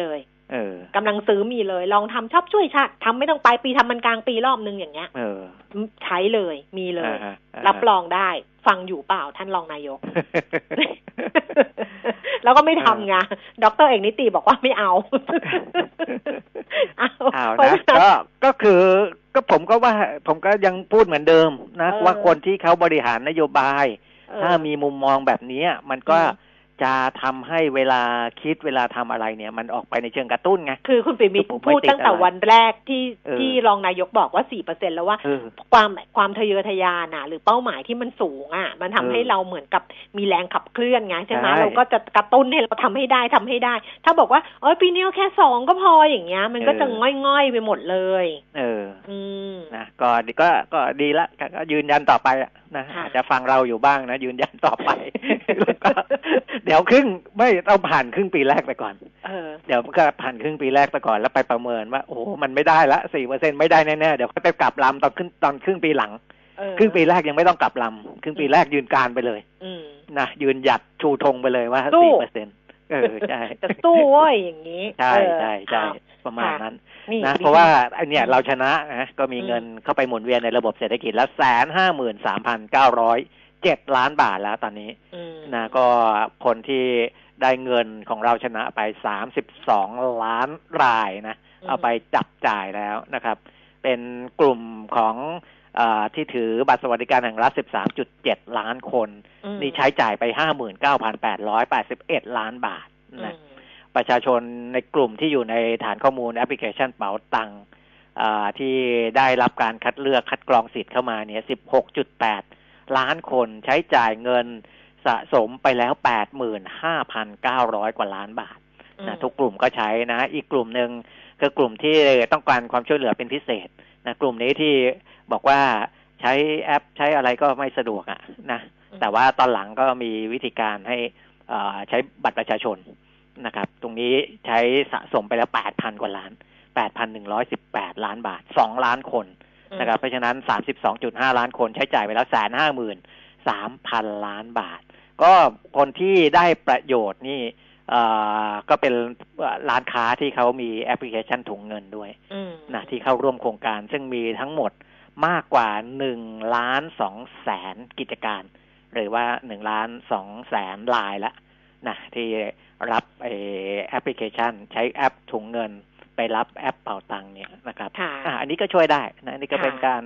เออกำลังซื้อมีเลยลองทำชอบช่วยชาติทำไม่ต้องปลายปีทำมันกลางปีรอบนึงอย่างเงี้ยเออใช้เลยมีเลยรับรองได้ฟังอยู่เปล่าท่านรองนายก แล้วก็ไม่ทำไงดร.เอกนิติบอกว่าไม่เอาเอานะก็ก็คือก็ผมก็ว่าผมก็ยังพูดเหมือนเดิมนะว่าคนที่เขาบริหารนโยบายถ้ามีมุมมองแบบนี้มันก็จะทำให้เวลาคิดเวลาทำอะไรเนี่ยมันออกไปในเชิงกระตุ้นไงคือคุณปิ่มพูดตั้งแต่วันแรกที่ที่รองนายกบอกว่า สี่เปอร์เซ็นต์ แล้วว่าความความทะเยอทะยานน่ะหรือเป้าหมายที่มันสูงอ่ะมันทำให้เราเหมือนกับมีแรงขับเคลื่อนไงใช่ไหมเราก็จะกระตุ้นให้เราทำให้ได้ทำให้ได้ถ้าบอกว่าเออปีนี้แค่สองก็พออย่างเงี้ยมันก็จะง่อยๆไปหมดเลยเอออืมนะก็ก็ก็ดีละก็ยืนยันต่อไปนะอาจจะฟังเราอยู่บ้างนะยืนยันต่อไปเดี๋ยวครึ่งไม่ต้องผ่านครึ่งปีแรกไปก่อนเออเดี๋ยวก็ผ่านครึ่งปีแรกไปก่อนแล้วไปประเมินว่าโอ้มันไม่ได้ละ สี่เปอร์เซ็นต์ ไม่ได้แน่ๆเดี๋ยวก็ไปกลับลำตอนขึ้นตอนครึ่งปีหลังครึ่งปีแรกยังไม่ต้องกลับลำครึ่งปีแรกยืนการไปเลยนะยืนหยัดชูธงไปเลยว่า สี่เปอร์เซ็นต์ เออใช่จะสู้เว้ยอย่างนี้ใช่ใช่ใช่ประมาณนั้นนะเพราะว่าไอเนี่ยเราชนะนะก็มีเงินเข้าไปหมุนเวียนในระบบเศรษฐกิจแล้ว หนึ่งแสนห้าหมื่นสามพันเก้าร้อยเจ็ด ล้านบาทแล้วตอนนี้นะก็คนที่ได้เงินของเราชนะไปสามสิบสองล้านรายนะเอาไปจับจ่ายแล้วนะครับเป็นกลุ่มของเอ่อที่ถือบัตรสวัสดิการแห่งรัฐ สิบสามจุดเจ็ด ล้านคนนี่ใช้จ่ายไป ห้าหมื่นเก้าพันแปดร้อยแปดสิบเอ็ด ล้านบาทนะประชาชนในกลุ่มที่อยู่ในฐานข้อมูลแอปพลิเคชันเป๋าตังค์ที่ได้รับการคัดเลือกคัดกรองสิทธิ์เข้ามาเนี่ย สิบหกจุดแปด ล้านคนใช้จ่ายเงินสะสมไปแล้ว แปดหมื่นห้าพันเก้าร้อย กว่าล้านบาทนะทุกกลุ่มก็ใช้นะอีกกลุ่มนึงคือกลุ่มที่ต้องการความช่วยเหลือเป็นพิเศษนะกลุ่มนี้ที่บอกว่าใช้แอปใช้อะไรก็ไม่สะดวกอ่ะนะแต่ว่าตอนหลังก็มีวิธีการให้ใช้บัตรประชาชนนะครับตรงนี้ใช้สะสมไปแล้ว แปดพัน กว่าล้าน แปดพันหนึ่งร้อยสิบแปด ล้านบาทสองล้านคนนะครับเพราะฉะนั้น สามสิบสองจุดห้า ล้านคนใช้จ่ายไปแล้ว หนึ่งแสนห้าหมื่นสามพัน ล้านบาทก็คนที่ได้ประโยชน์นี่ก็เป็นร้านค้าที่เขามีแอปพลิเคชันถุงเงินด้วยนะที่เข้าร่วมโครงการซึ่งมีทั้งหมดมากกว่าหนึ่งล้านสองแสนกิจการหรือว่าหนึ่งล้านสองแสนรายละนะที่รับไอ้แอปพลิเคชันใช้แอปถุงเงินไปรับแอปเป๋าตังค์เนี่ยนะครับอ่าอันนี้ก็ช่วยได้นะอันนี้ก็เป็นการ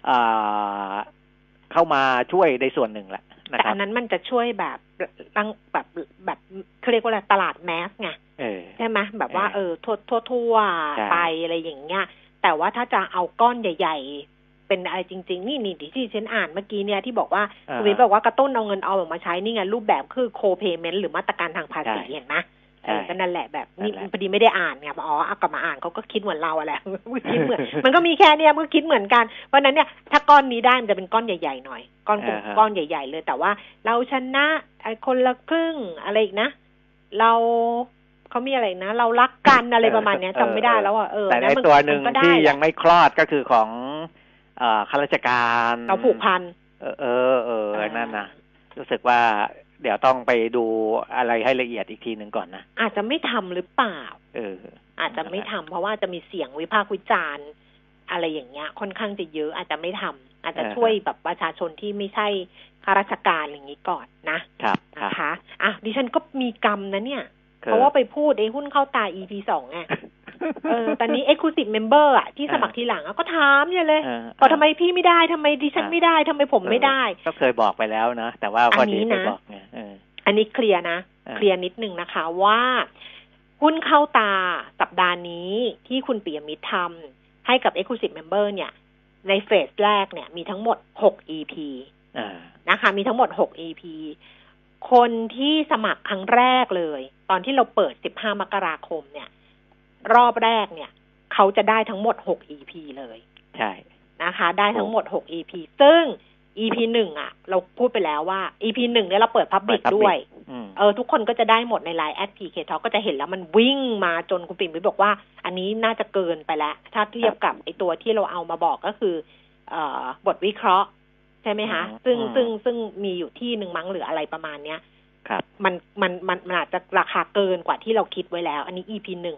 เข้ามาช่วยในส่วนหนึ่งแหละแต่อันนั้นมันจะช่วยแบบตั้งแบบแบบเขาเรียกว่าอะไรตลาดแมสไงใช่ไหมแบบว่าเออทั่วทั่วทั่วไปอะไรอย่างเงี้ยแต่ว่าถ้าจะเอาก้อนใหญ่ๆเป็นอะไรจริงๆนี่นี่ที่ฉันอ่านเมื่อกี้เนี่ยที่บอกว่าคุณวิทย์บอกว่ากระตุ้นเอาเงินเอาออกมาใช้นี่ไงรูปแบบคือโคเพย์เมนต์หรือมาตรการทางภาษีเห็นไหมเออก็นั่นแหละแบบนี่พอดีไม่ได้อ่านไงอ๋อเอากลับมาอ่านเขาก็คิดเหมือนเราแหละคิดเหมือนมันก็มีแค่เนี้ยมันก็คิดเหมือนกันเพราะนั้นเนี่ยถ้าก้อนนี้ได้มันจะเป็นก้อนใหญ่ๆหน่อยก้อนก้อนใหญ่ๆเลยแต่ว่าเราชนะไอ้คนละครึ่งอะไรอีกนะเราเขามีอะไรนะเรารักกันอะไรประมาณนี้จำไม่ได้แล้วอ่ะเออแต่ในตัวหนึ่งที่ยังไม่คลอดก็คือของข้าราชการเราผูกพันเออเออเออนั่นนะรู้สึกว่าเดี๋ยวต้องไปดูอะไรให้ละเอียดอีกทีหนึ่งก่อนนะอาจจะไม่ทำหรือเปล่าเอออาจจะไม่ทำเพราะว่าจะมีเสียงวิพากษ์วิจารณ์อะไรอย่างเงี้ยค่อนข้างจะเยอะอาจจะไม่ทำอาจจะช่วยแบบประชาชนที่ไม่ใช่ข้าราชการอย่างนี้ก่อนนะครับนะคะอ่ะดิฉันก็มีกรรมนะเนี่ยเพราะว่าไปพูดไอ้หุ้นเข้าตา อี พี สองไงเออตอนนี้ Exclusive Member อ่ะที่สมัครทีหลังก็ถามอย่างเลยพอทำไมพี่ไม่ได้ทำไมดิฉันไม่ได้ทำไมผมไม่ได้ก็เคยบอกไปแล้วนะแต่ว่าพอดีไปบอกไงอันนี้เคลียร์นะเคลียร์นิดนึงนะคะว่าหุ้นเข้าตาสัปดาห์นี้ที่คุณปิยมิตรทำให้กับ Exclusive Member เนี่ยในเฟสแรกเนี่ยมีทั้งหมดหก อี พี นะคะมีทั้งหมดหก อี พี คนที่สมัครครั้งแรกเลยตอนที่เราเปิดสิบห้ามกราคมเนี่ยรอบแรกเนี่ยเขาจะได้ทั้งหมดหก อี พี เลยใช่นะคะได้ทั้งหมดหก อี พี ซึ่ง อี พี หนึ่งอ่ะเราพูดไปแล้วว่า อี พี หนึ่งเนี่ยเราเปิด Public ด้วยเออทุกคนก็จะได้หมดใน ไลน์ แอท พี เค Talk ก็จะเห็นแล้วมันวิ่งมาจนคุณปิ่มบอกว่าอันนี้น่าจะเกินไปแล้วถ้าเทียบกับไอตัวที่เราเอามาบอกก็คือเอ่อบทวิเคราะห์ใช่ไหมคะซึ่งซึ่งซึ่งมีอยู่ที่หนึ่งมั้งหรืออะไรประมาณเนี้ยมันมันมันมันอาจจะราคาเกินกว่าที่เราคิดไว้แล้วอันนี้ อี พี หนึ่งแ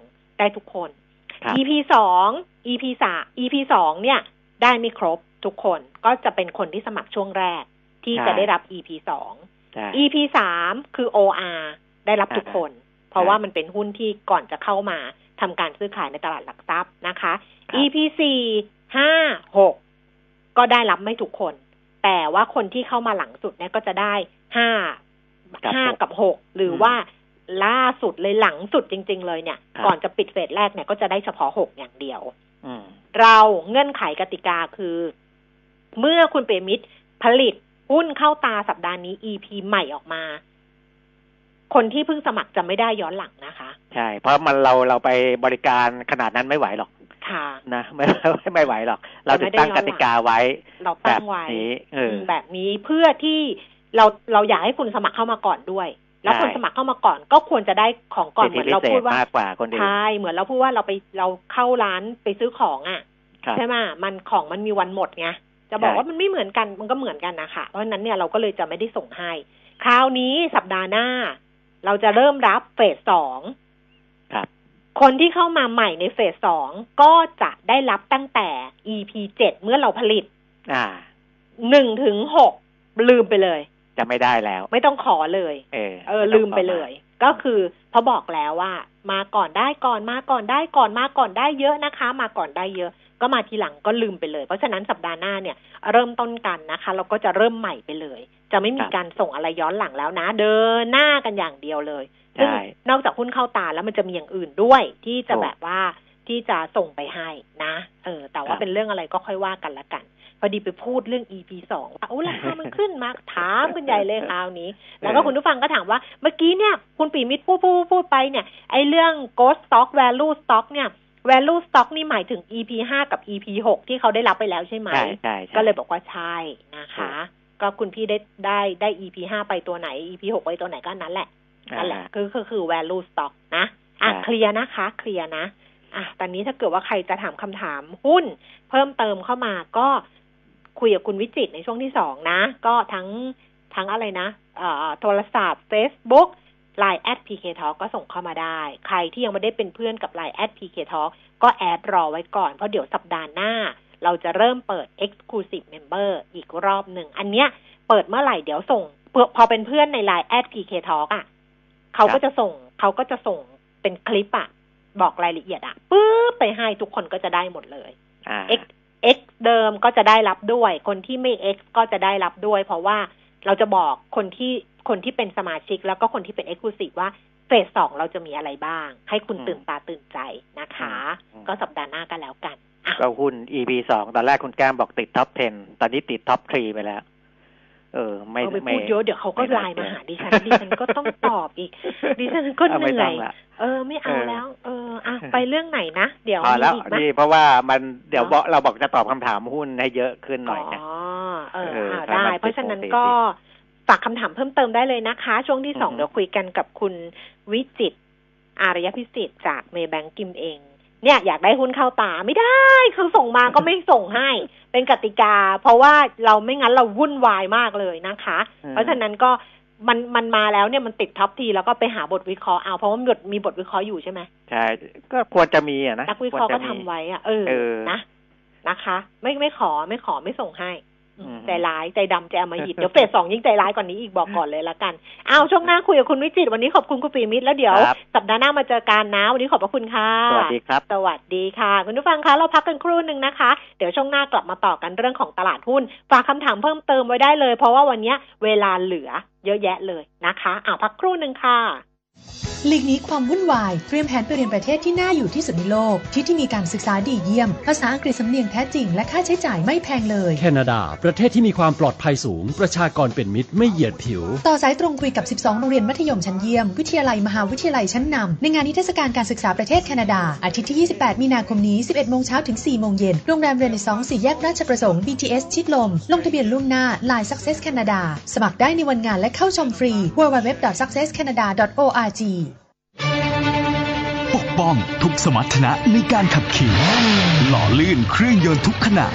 ได้ทุกคน อี พี สอง อี พี สาม อี พี สองเนี่ยได้ไม่ครบทุกคนก็จะเป็นคนที่สมัครช่วงแรกที่จะได้รับ อี พี สอง อี พี สามคือ โอ อาร์ ได้รับทุกคนเพราะว่ามันเป็นหุ้นที่ก่อนจะเข้ามาทำการซื้อขายในตลาดหลักทรัพย์นะคะ อี พี สี่ ห้า หกก็ได้รับไม่ทุกคนแต่ว่าคนที่เข้ามาหลังสุดเนี่ยก็จะได้ห้า ห้ากับหกหรือว่าล่าสุดเลยหลังสุดจริงๆเลยเนี่ยก่อนจะปิดเฟสแรกเนี่ยก็จะได้เฉพาะหกอย่างเดียวเราเงื่อนไขกติกาคือเมื่อคุณเปรมิตรผลิตหุ้นเข้าตาสัปดาห์นี้ อี พี ใหม่ออกมาคนที่เพิ่งสมัครจะไม่ได้ย้อนหลังนะคะใช่เพราะมันเราเราไปบริการขนาดนั้นไม่ไหวหรอกค่ะนะไม่ไม่ไม่ไหวหรอกเราถึงตั้งกติกาไว้เราตั้งไว้แบบนี้เพื่อที่เราเราอยากให้คุณสมัครเข้ามาก่อนด้วยแล้วคนสมัครเข้ามาก่อนก็ควรจะได้ของก่อนเหมือนเราพูดว่าใช่เหมือนเราพูดว่าเราไปเราเข้าร้านไปซื้อของอ่ะใช่ไหมมันของมันมีวันหมดไงจะบอกว่ามันไม่เหมือนกันมันก็เหมือนกันนะคะเพราะฉะนั้นเนี่ยเราก็เลยจะไม่ได้ส่งให้คราวนี้สัปดาห์หน้าเราจะเริ่มรับเฟสสองคนที่เข้ามาใหม่ในเฟสสองก็จะได้รับตั้งแต่ อี พี เจ็ดเมื่อเราผลิตอ่าหนึ่งถึงหกลืมไปเลยจะไม่ได้แล้วไม่ต้องขอเลยเออเออลืมไปเลยก็คือพอบอกแล้วว่ามาก่อนได้ก่อนมาก่อนได้ก่อนมาก่อนได้เยอะนะคะมาก่อนได้เยอะก็มาทีหลังก็ลืมไปเลยเพราะฉะนั้นสัปดาห์หน้าเนี่ยเริ่มต้นกันนะคะเราก็จะเริ่มใหม่ไปเลยจะไม่มีการส่งอะไรย้อนหลังแล้วนะเดินหน้ากันอย่างเดียวเลยซึ่งนอกจากหุ้นเข้าตาแล้วมันจะมีอย่างอื่นด้วยที่จะแบบว่าที่จะส่งไปให้นะเออแต่ว่าเป็นเรื่องอะไรก็ค่อยว่ากันละกันพอดีไปพูดเรื่อง อี พี สองว่าโอ้ราคามันขึ้นมาถามกันใหญ่เลยคราวนี้แล้วก็คุณผู้ฟังก็ถามว่าเมื่อกี้เนี่ยคุณปีมิตรพูดพูดพูดไปเนี่ยไอ้เรื่อง Ghost Stock Value Stock เนี่ย Value Stock นี่หมายถึง อี พี ห้ากับ อี พี หกที่เขาได้รับไปแล้วใช่ไหมใช่ก็เลยบอกว่าใช่นะคะก็คุณพี่ได้ได้ได้ อี พี ห้าไปตัวไหน อี พี หกไปตัวไหนก็นั้นแหละนั่นแหละคือคือคือ value stock นะอ่ะเคลียร์นะคะเคลียร์นะอ่ะตอนนี้ถ้าเกิดว่าใครจะถามคำถามหุ้นเพิ่มเติมเข้ามาก็คุยกับคุณวิจิตรในช่วงที่สองนะก็ทั้งทั้งอะไรนะเอ่อโทรศัพท์ Facebook ไลน์ แอท พี เค ทอล์ก ก็ส่งเข้ามาได้ใครที่ยังไม่ได้เป็นเพื่อนกับ ไลน์ แอท พี เค ทอล์ก ก็แอดรอไว้ก่อนเพราะเดี๋ยวสัปดาห์หน้าเราจะเริ่มเปิด Exclusive Member อีกรอบหนึ่งอันเนี้ยเปิดเมื่อไหร่เดี๋ยวส่งพอเป็นเพื่อนใน ไลน์ แอท พี เค ทอล์ก อ่ะเขาก็จะส่งเขาก็จะส่งเป็นคลิปอ่ะบอกรายละเอียดอ่ะปึ๊บไปให้ทุกคนก็จะได้หมดเลย X X เดิมก็จะได้รับด้วยคนที่ไม่ X ก็จะได้รับด้วยเพราะว่าเราจะบอกคนที่คนที่เป็นสมาชิกแล้วก็คนที่เป็น Exclusive ว่าเฟสสองเราจะมีอะไรบ้างให้คุณตื่นตาตื่นใจนะคะก็สัปดาห์หน้ากันแล้วกันก็หุ้น อี พี สองตอนแรกคุณแก้มบอกติดท็อปสิบตอนนี้ติดท็อปสามไปแล้วเออไม่ไม่พูดเยอะเดี๋ยวเขาก็ไลน์มาหาดิฉันดิฉันก็ต้องตอบอีกดิฉันก็เหนื่อยเออไม่เอาแล้วเอออ่ะไปเรื่องไหนนะเดี๋ยวมีอีกนะเพราะว่ามันเดี๋ยวเราบอกจะตอบคำถามหุ้นให้เยอะขึ้นหน่อยนะอ๋อเออได้เพราะฉะนั้นก็ฝากคำถามเพิ่มเติมได้เลยนะคะช่วงที่สองเดี๋ยวคุยกันกับคุณวิจิตรอารยพิสิทธิ์จากเมย์แบงก์กิมเองเนี่ยอยากได้หุ้นเข้าตาไม่ได้คือส่งมาก็ไม่ส่งให้เป็นกติกาเพราะว่าเราไม่งั้นเราวุ่นวายมากเลยนะคะเพราะฉะนั้นก็มันมันมาแล้วเนี่ยมันติดท็อปทีแล้วก็ไปหาบทวิเคราะห์เอาเพราะว่ามันมีบทวิเคราะห์อยู่ใช่ไหมใช่ก็ควรจะมีอ่ะนะนักวิเคราะห์ก็ทำไว้อ่ะเออนะนะคะไม่ไม่ขอไม่ขอไม่ส่งให้ใจร้ายใจดำใจอำมหิตเดี๋ยวเฟสสองยิ่งใจร้ายกว่านี้อีกบอกก่อนเลยละกันอ้าวช่วงหน้าคุยกับคุณวิจิตรวันนี้ขอบคุณคุณปีมิตรแล้วเดี๋ยวสัปดาห์หน้ามาเจอกันนะวันนี้ขอบพระคุณค่ะสวัสดีครับสวัสดีค่ะคุณผู้ฟังคะเราพักกันครู่นึงนะคะเดี๋ยวช่วงหน้ากลับมาต่อกันเรื่องของตลาดหุ้นฝากคำถามเพิ่มเติมไว้ได้เลยเพราะว่าวันนี้เวลาเหลือเยอะแยะเลยนะคะอ้าวพักครู่นึงค่ะหลีกหนีความวุ่นวายเตรียมแผนไปเรียนประเทศที่น่าอยู่ที่สุดในโลกที่ที่มีการศึกษาดีเยี่ยมภาษาอังกฤษสำเนียงแท้จริงและค่าใช้จ่ายไม่แพงเลยแคนาดาประเทศที่มีความปลอดภัยสูงประชากรเป็นมิตรไม่เหยียดผิวต่อสายตรงคุยกับสิบสองโรงเรียนมัธยมชั้นเยี่ยมวิทยาลัยมหาวิทยาลัยชั้นนำในงานนิทรรศการการศึกษาประเทศแคนาดาอาทิตย์ที่ยี่สิบแปดมีนาคมนี้ สิบเอ็ดโมงเช้าถึง สี่โมงเย็นโรงแรมเรเนซองส์สี่แยกราชประสงค์ บี ที เอส ชิดลมลงทะเบียนล่วงหน้า ไลน์ Success Canada สมัครได้ในวันงานและเข้าชมฟรี ดับเบิลยู ดับเบิลยู ดับเบิลยู ดอท ซักเซสแคนาดา ดอท โอ อาร์ จีปกป้องทุกสมรรถนะในการขับขี่หล่อลื่นเครื่องยนต์ทุกขณะ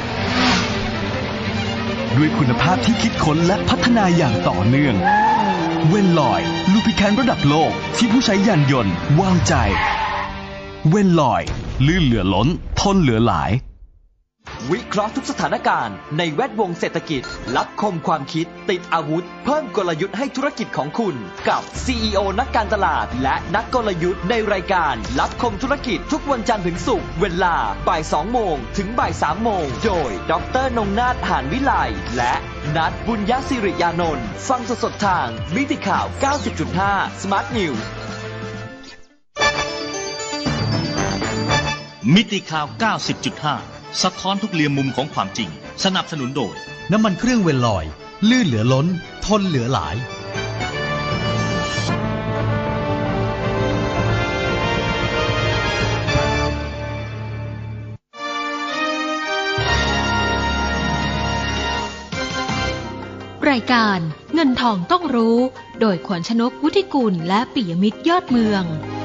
ด้วยคุณภาพที่คิดค้นและพัฒนาอย่างต่อเนื่องเวนลอยลูพิแคนระดับโลกที่ผู้ใช้ยานยนต์วางใจเว้นลอยลื่นเหลือล้นทนเหลือหลายวิเคราะห์ทุกสถานการณ์ในแวดวงเศรษฐกิจลับคมความคิดติดอาวุธเพิ่มกลยุทธ์ให้ธุรกิจของคุณกับ ซี อี โอ นักการตลาดและนักกลยุทธ์ในรายการลับคมธุรกิจทุกวันจันทร์ถึงศุกร์เวลาบ่ายสองโมงถึงบ่ายสามโมงโดยดร.นงนาถ หานวิไลและนัทบุญยศิริยานนท์ฟังสดๆทางมิติข่าว เก้าสิบจุดห้า Smart News มิติข่าว เก้าสิบจุดห้า สะท้อนทุกเหลี่ยมมุมของความจริงสนับสนุนโดยน้ำมันเครื่องเวนลอยลื่นเหลือล้นทนเหลือหลายรายการเงินทองต้องรู้โดยขวัญชนกวุฒิกุลและปิยมิตรยอดเมือง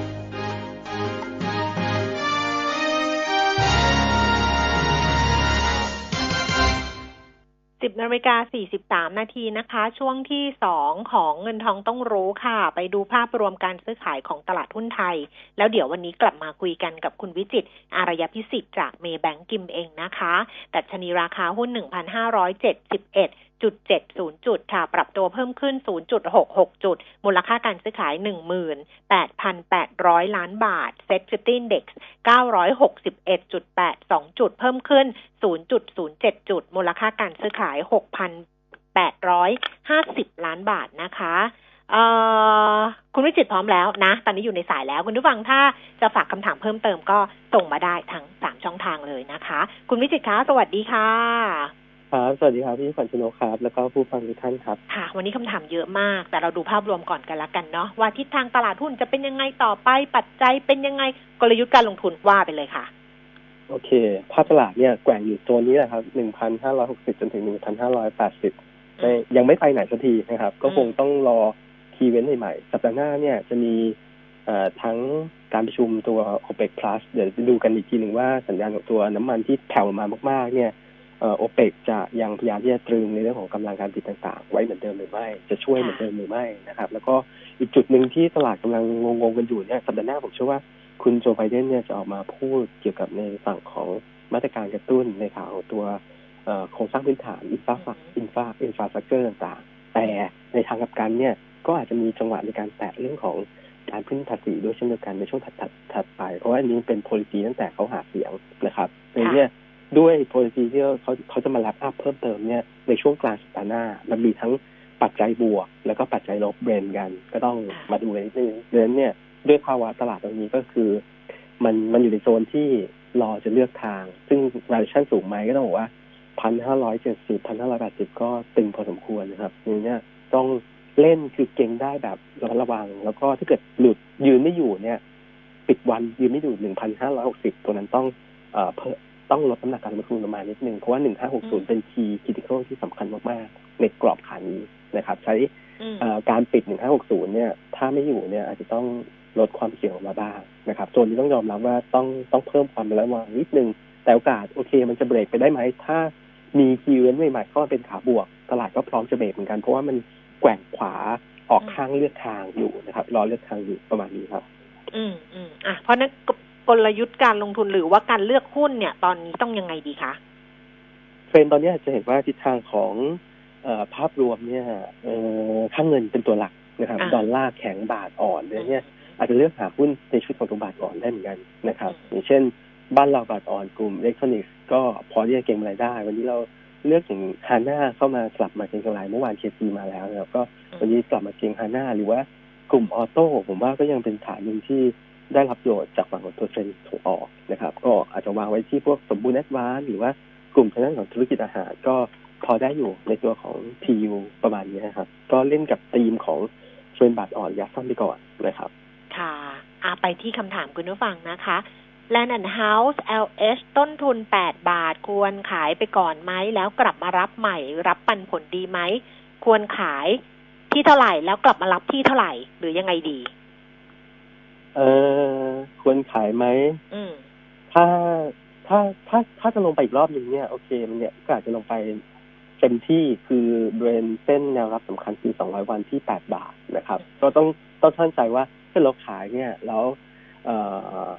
สิบนาฬิกาสี่สิบสามนาทีนะคะช่วงที่สองของเงินทองต้องรู้ค่ะไปดูภาพรวมการซื้อขายของตลาดหุ้นไทยแล้วเดี๋ยววันนี้กลับมาคุยกันกับคุณวิจิตรอารยพิสิทธิ์จากเมย์แบงก์กิมเองนะคะดัชนีราคาหุ้น หนึ่งพันห้าร้อยเจ็ดสิบเอ็ดจุดเจ็ดศูนย์ จุดค่ะปรับตัวเพิ่มขึ้น ศูนย์จุดหกหก จุดมูลค่าการซื้อขาย หนึ่งหมื่นแปดพันแปดร้อย ล้านบาท เซ็ต ห้าสิบ Index เก้าร้อยหกสิบเอ็ดจุดแปดสอง จุดเพิ่มขึ้น ศูนย์จุดศูนย์เจ็ด จุดมูลค่าการซื้อขาย หกพันแปดร้อยห้าสิบ ล้านบาทนะคะเอ่อคุณวิจิตรพร้อมแล้วนะตอนนี้อยู่ในสายแล้วคุณผู้ฟังถ้าจะฝากคำถามเพิ่มเติมก็ส่งมาได้ทั้งสามช่องทางเลยนะคะคุณวิจิตรคะสวัสดีค่ะครับสวัสดีครับพี่ขวัญชนกครับแล้วก็ผู้ฟังทุกท่านครับค่ะวันนี้คำถามเยอะมากแต่เราดูภาพรวมก่อนกันละกันเนาะว่าทิศทางตลาดหุ้นจะเป็นยังไงต่อไปปัจจัยเป็นยังไงกลยุทธ์การลงทุนว่าไปเลยค่ะโอเคภาพตลาดเนี่ยแกว่งอยู่โซนนี้แหละครับ หนึ่งพันห้าร้อยหกสิบ จนถึง หนึ่งพันห้าร้อยแปดสิบ ไม่ยังไม่ไปไหนสักทีนะครับก็คงต้องรอคีย์เว้นใหม่ๆสัปดาห์หน้าเนี่ยจะมีเอ่อทั้งการประชุมตัว OPEC Plus เดี๋ยวจะดูกันอีกทีหนึ่งว่าสัญญาณของตัวน้ำมันที่แผ่วมามากๆเนี่ยเอ่อ OPEC จะยังพยายามที่จะตรึงในเรื่องของกำลังการผลิตต่างๆไว้เหมือนเดิมหรือไม่จะช่วยเหมือนเดิมหรือไม่นะครับแล้วก็อีกจุดหนึ่งที่ตลาดกำลังงงๆกันอยู่เนี่ยสัปดาห์หน้าผมเชื่อว่าคุณโจไบเดนเนี่ยจะออกมาพูดเกี่ยวกับในฝั่งของมาตรการกระตุ้นในข่าวของตัวโครงสร้างพื้นฐานอินฟราอินฟราอินฟราสตรัคเจอร์ต่างๆแต่ในทางกลับกันเนี่ยก็อาจจะมีจังหวะในการแตะเรื่องของการขึ้นภาษีด้วยเช่นเดียวกันในช่วงถัดๆไปเพราะว่าอันนี้เป็น policy ตั้งแต่เขาหาเสียงนะครับในนี้ด้วย policy ที่เขาเขาจะมาแลปอัพเพิ่มเติมเนี่ยในช่วงกลางสัปดาห์หน้ามันมีทั้งปัจจัยบวกแล้วก็ปัจจัยลบเบรนกันก็ต้องมาดูกันนิดนึงดังนั้นเนี่ยด้วยภาวะตลาดตรงนี้ก็คือมันมันอยู่ในโซนที่รอจะเลือกทางซึ่ง valuation สูงไหมก็ต้องบอกว่า หนึ่งพันห้าร้อยเจ็ดสิบ หนึ่งพันห้าร้อยแปดสิบ ก็ตึงพอสมควรนะครับนี่เนี่ยต้องเล่นคือเก่งได้แบบระมัดระวังแล้วก็ถ้าเกิดหลุดยืนไม่อยู่เนี่ยปิดวันยืนไม่อยู่ หนึ่งพันห้าร้อยหกสิบ ตัวนั้นต้องเอ่อเพิ่มต้องลดน้ำหนักการลงทุนประมาณนิดนึงเพราะว่าหนึ่งพันห้าร้อยหกสิบเป็น key critical ที่สำคัญมากๆในกรอบขานี้นะครับใช้การปิดหนึ่งพันห้าร้อยหกสิบเนี่ยถ้าไม่อยู่เนี่ยอาจจะต้องลดความเสี่ยงออกมาบ้างนะครับโซนนี้ต้องยอมรับว่าต้องต้องเพิ่มความระวังนิดนึงแต่โอกาสโอเคมันจะเบรกไปได้ไหมถ้ามีคีย์เว้นใหม่ๆเข้ามาเป็นขาบวกตลาดก็พร้อมจะเบรกเหมือนกันเพราะว่ามันแกว่งขวาออกข้างเลือกทางอยู่นะครับรอเลือกทางอยู่ประมาณนี้ครับอืมอืมอ่ะเพราะนั้นกลยุทธ์การลงทุนหรือว่าการเลือกหุ้นเนี่ยตอนนี้ต้องยังไงดีคะเทรนด์ตอนนี้จะเห็นว่าทิศทางของเอ่อภาพรวมเนี่ยเอ่อค่าเงินเป็นตัวหลักนะครับดอลลาร์แข็งบาทอ่อนเนี่ยอาจจะเลือกหาหุ้นในชุดของตัวบาทอ่อนได้เหมือนกันนะครับอย่างเช่นบ้านเราบาทอ่อนกลุ่มอิเล็กทรอนิกส์ก็พอที่จะเก็งรายได้วันนี้เราเลือกอย่างฮาน่าเข้ามาสลับมาเก็งกำไรเมื่อวานเคซีมาแล้วนะครับก็วันนี้กลับมาเก็งฮาน่าหรือว่ากลุ่มออโต้ผมว่าก็ยังเป็นฐานหนึ่งที่ได้รับประโยชน์จากฝั่งของตัวเทรนด์ส่งออกนะครับก็อาจจะวางไว้ที่พวกสมบูรณ์แอดวานซ์หรือว่ากลุ่มทางด้านของธุรกิจอาหารก็พอได้อยู่ในตัวของ พี ยู ประมาณนี้นะครับก็เล่นกับธีมของเทรนด์บาทอ่อนระยะสั้นไปก่อนนะครับค่ะอาไปที่คำถามคุณผู้ฟังนะคะ Land and House แอล เอช ต้นทุนแปดบาทควรขายไปก่อนไหมแล้วกลับมารับใหม่รับปันผลดีไหมควรขายที่เท่าไหร่แล้วกลับมารับที่เท่าไหร่หรือยังไงดีเออควรขายไหมถ้าถ้าถ้าถ้าจะลงไปอีกรอบนึงเนี่ยโอเคมันเนี่ยก็อาจจะลงไปเต็มที่คือบริเวณเส้นแนวรับสำคัญคือสองร้อยวันที่แปดบาทนะครับก็ต้องต้องท่านใจว่าถ้าเราขายเนี่ยแล้วเอ่อ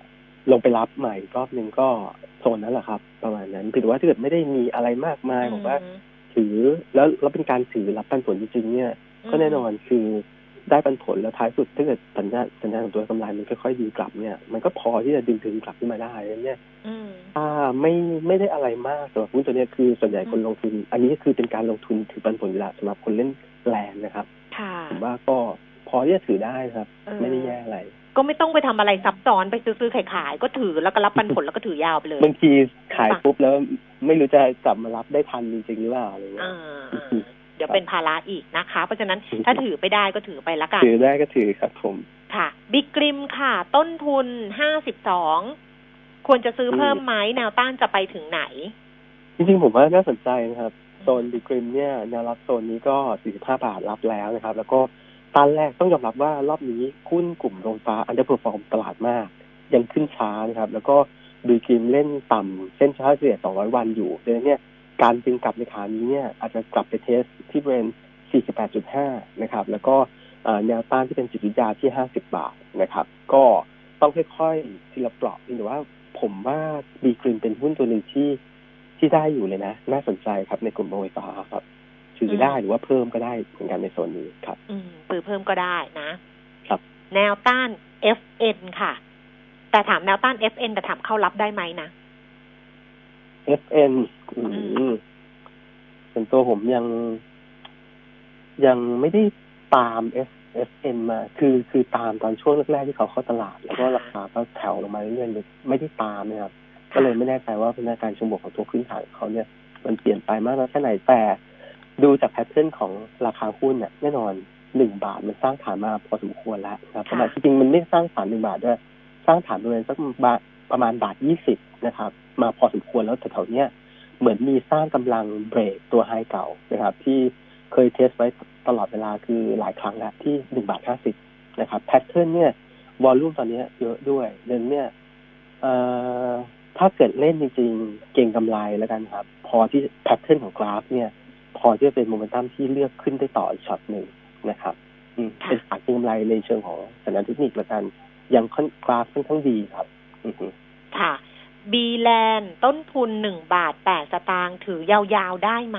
ลงไปรับใหม่รอบนึงก็โซนนั้นแหละครับประมาณนั้นถือว่าถ้าเกิดไม่ได้มีอะไรมากมายผมว่าถือแล้วแล้วเป็นการถือรับปันผลจริงๆเนี่ยก็แน่นอนคือได้ปันผลแล้วท้ายสุดถ้าเกิดสัญญาสัญญาของตัวกำไรมันค่อยๆดีกลับเนี่ยมันก็พอที่จะดึงถึงกลับขึ้นมาได้เนี่ยถ้าไม่ไม่ได้อะไรมากสำหรับหุ้นตัวนี้คือส่วนใหญ่คนลงทุนอันนี้คือเป็นการลงทุนถือปันผลอยู่แล้วสำหรับคนเล่นแรงนะครับผมว่าก็พอที่จะถือได้ครับไม่ได้แย่อะไรก็ไม่ต้องไปทำอะไรซับซ้อนไปซื้อๆขายๆก็ถือแล้วก็รับปันผลแล้วก็ถือยาวไปเลยบางทีขายปุ๊บแล้วไม่รู้จะกลับมารับได้ทันจริงๆหรือเปล่าอะไรเงี้ยเดี๋ยวเป็นภาระอีกนะคะเพราะฉะนั้นถ้าถือไปได้ก็ถือไปละกันถือได้ก็ถือครับผมค่ะบิ๊กกริมค่ะต้นทุนห้าสิบสองควรจะซื้อเพิ่มไหมแนวต้านจะไปถึงไหนจริงๆผมว่าน่าสนใจนะครับโซนบิ๊กกริมเนี่ยแนวรับโซนนี้ก็สี่สิบห้าบาทรับแล้วนะครับแล้วก็ตอนแรกต้องยอมรับว่ารอบนี้หุ้นกลุ่มโรงฟ้าอันเดอร์เพอร์ฟอร์มตลาดมากยังขึ้นช้านะครับแล้วก็บิ๊กกริมเล่นต่ำเส้นช้าเฉลี่ยสองร้อยวันอยู่ดังนั้นเนี่ยการดึงกลับในขานี้เนี่ยอาจจะกลับไปเทสที่บริเวณ สี่สิบแปดจุดห้า นะครับแล้วก็แนวต้านที่เป็นจิตวิทยาที่ห้าสิบบาทนะครับก็ต้องค่อยๆทีละเปราะหรือว่าผมว่าบีกริมเป็นหุ้นตัวหนึ่งที่ที่ได้อยู่เลยนะน่าสนใจครับในกลุ่มโรงไฟฟ้าครับถือได้หรือว่าเพิ่มก็ได้เหมือนกันในโซนนี้ครับอืมซื้อเพิ่มก็ได้นะครับแนวต้าน เอฟ เอ็น ค่ะแต่ถามแนวต้าน เอฟ เอ็น แต่ถามเข้ารับได้ไหมนะเอฟ เอ็น อืมเป็นตัวผมยังยังไม่ได้ตาม เอฟ เอฟ เอ็น มาคือคือตามตอนช่วงแรกๆที่เขาเข้าตลาดแล้วก็ราคาก็แถวลงมาเรื่อยๆไม่ได้ตามนะครับก็เลยไม่แน่ใจว่าเป็นการชั่วโมงของตัวพื้นฐานเขาเนี่ยมันเปลี่ยนไปมากน้อยแค่ไหนแต่ดูจากแพทเทิร์นของราคาหุ้นเนี่ยแน่นอนหนึ่งบาทมันสร้างฐานมาพอสมควรแล้วนะครับแต่จริงๆมันไม่สร้างฐานหนึ่งบาทด้วยสร้างฐานบริเวณสักบาทประมาณบาทยี่สิบนะครับมาพอสมควรแล้วแถวๆเนี้ยเหมือนมีสร้างกำลังเบรกตัวไฮเก่านะครับที่เคยเทสไว้ตลอดเวลาคือหลายครั้งแล้วที่หนึ่งบาทห้าสิบนะครับแพทเทิร์นเนี่ยวอลลุ่มตอนนี้เยอะด้วยเดือนเนี่ยเอ่อถ้าเกิดเล่นจริงๆเก่งกำไรแล้วกันครับพอที่แพทเทิร์นของกราฟเนี่ยพอที่จะเป็นโมเมนตัมที่เลือกขึ้นได้ต่ออีกช็อตหนึ่งนะครับเป็นขาเก่งกำไรในเชิงของสัญญาณเทคนิคแล้วกันยังค่อนกราฟค่อนข้างดีครับค่ะบีแลนด์ต้นทุนหนึ่งบาทแปดสตางค์ถือยาวๆได้ไหม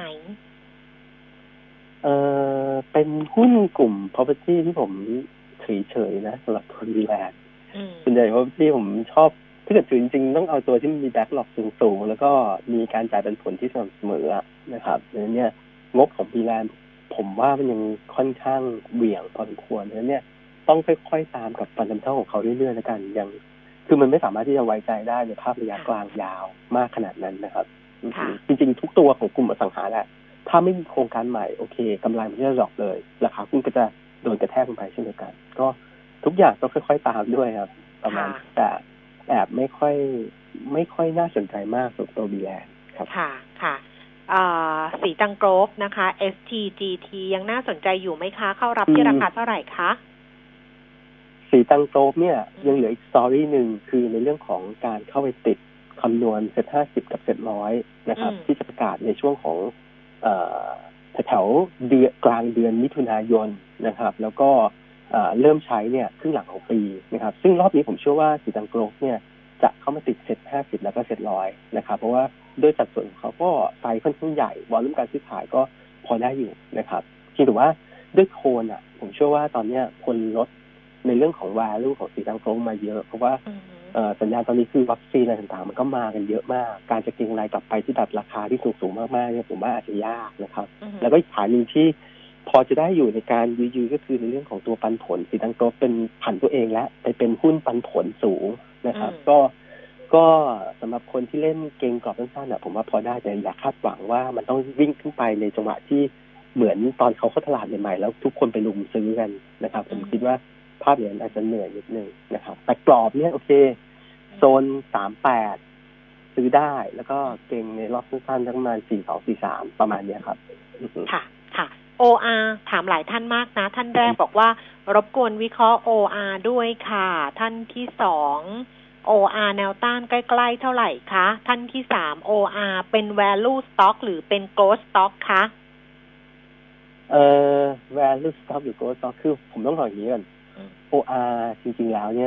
เอ่อเป็นหุ้นกลุ่ม property ที่ผมเฉยๆนะสำหรับตัวบีแลนด์ส่วนใหญ่ property ผมชอบถ้าเกิดถือจริงๆต้องเอาตัวที่มีแบ็คหลอกสูงๆแล้วก็มีการจ่ายเป็นผลที่สม่ำเสมอนะครับดังนั้นเนี่ยงบของบีแลนด์ผมว่ามันยังค่อนข้างเหวี่ยงพอสมควรดังนั้นเนี่ยต้องค่อยๆตามกับฟันดัมเมนทัลของเขาเรื่อยๆแล้วกันยังคือมันไม่สามารถที่จะไว้ใจได้ในภาพระยะกลางยาวมากขนาดนั้นนะครับจริงๆทุกตัวของกลุ่มอสังหาแหละถ้าไม่มีโครงการใหม่โอเคกำไรมันจะดรอปเลยราคาหุ้นก็จะโดนกระแทกลงไปเช่นเดียวกันก็ทุกอย่างต้องค่อยๆตามด้วยครับประมาณแต่แอบไม่ค่อยไม่ค่อยน่าสนใจมากสำหรับตัวบีแลนด์ครับค่ะค่ะสีตังโกรฟนะคะ เอส ที จี ที ยังน่าสนใจอยู่ไหมคะเข้ารับที่ราคาเท่าไหร่คะสีตังโกรฟเนี่ยยังเหลืออีกสตอรี่หนึ่งคือในเรื่องของการเข้าไปติดคำนวณเซ็ตห้าสิบกับเซ็ตร้อยนะครับที่จะประกาศในช่วงของแถวเดือนกลางเดือนมิถุนายนนะครับแล้วก็เริ่มใช้เนี่ยครึ่งหลังของปีนะครับซึ่งรอบนี้ผมเชื่อว่าสีตังโกรฟเนี่ยจะเข้ามาติดเซ็ตห้าสิบแล้วก็เซ็ตร้อยนะครับเพราะว่าด้วยสัดส่วนของเขาก็ไซส์ค่อนข้างใหญ่วอลลุ่มการซื้อขายก็พอได้อยู่นะครับจริงแต่ว่าด้วยโทนอ่ะผมเชื่อว่าตอนนี้คนลดในเรื่องของ value ของสีตังโกรฟมาเยอะเพราะว่าสัญญาณตอนนี้คือวัคซีนอะไรต่างๆมันก็มากันเยอะมากการจะเก็งกำไรกลับไปที่แบบราคาที่สูงๆมากๆเนี่ยผมว่าอาจจะยากนะครับแล้วก็อีกฐานนึงที่พอจะได้อยู่ในการยืนๆก็คือในเรื่องของตัวปันผลสีตังโกรฟเป็นผันตัวเองแล้วไปเป็นหุ้นปันผลสูงนะครับก็ก็สำหรับคนที่เล่นเก็งกรอบสั้นๆอ่ะผมว่าพอได้แต่อย่าคาดหวังว่ามันต้องวิ่งขึ้นไปในจังหวะที่เหมือนตอนเขาเข้าตลาดใหม่ๆแล้วทุกคนไปลุมซื้อกันนะครับผมคิดว่าภาพอย่างนั้นอาจจะเหนื่อยนิดนึงนะครับแต่กรอบเนี่ยโอเคโซนสามสิบแปดซื้อได้แล้วก็เก็งในรอบสั้นๆประมาณสี่สิบสอง สี่สิบสามประมาณนี้ครับค่ะค่ะ โอ อาร์ ถามหลายท่านมากนะท่านแรกบอกว่ารบกวนวิเคราะห์ โอ อาร์ ด้วยค่ะท่านที่สอง โอ อาร์ แนวต้านใกล้ๆเท่าไหร่คะท่านที่สาม โอ อาร์ เป็น value stock หรือเป็น growth stock คะเอ่อ value stock หรือ growth stock คือผมต้องบอกอย่างนี้ก่อน โอ อาร์ จริงๆแล้วเนี่ย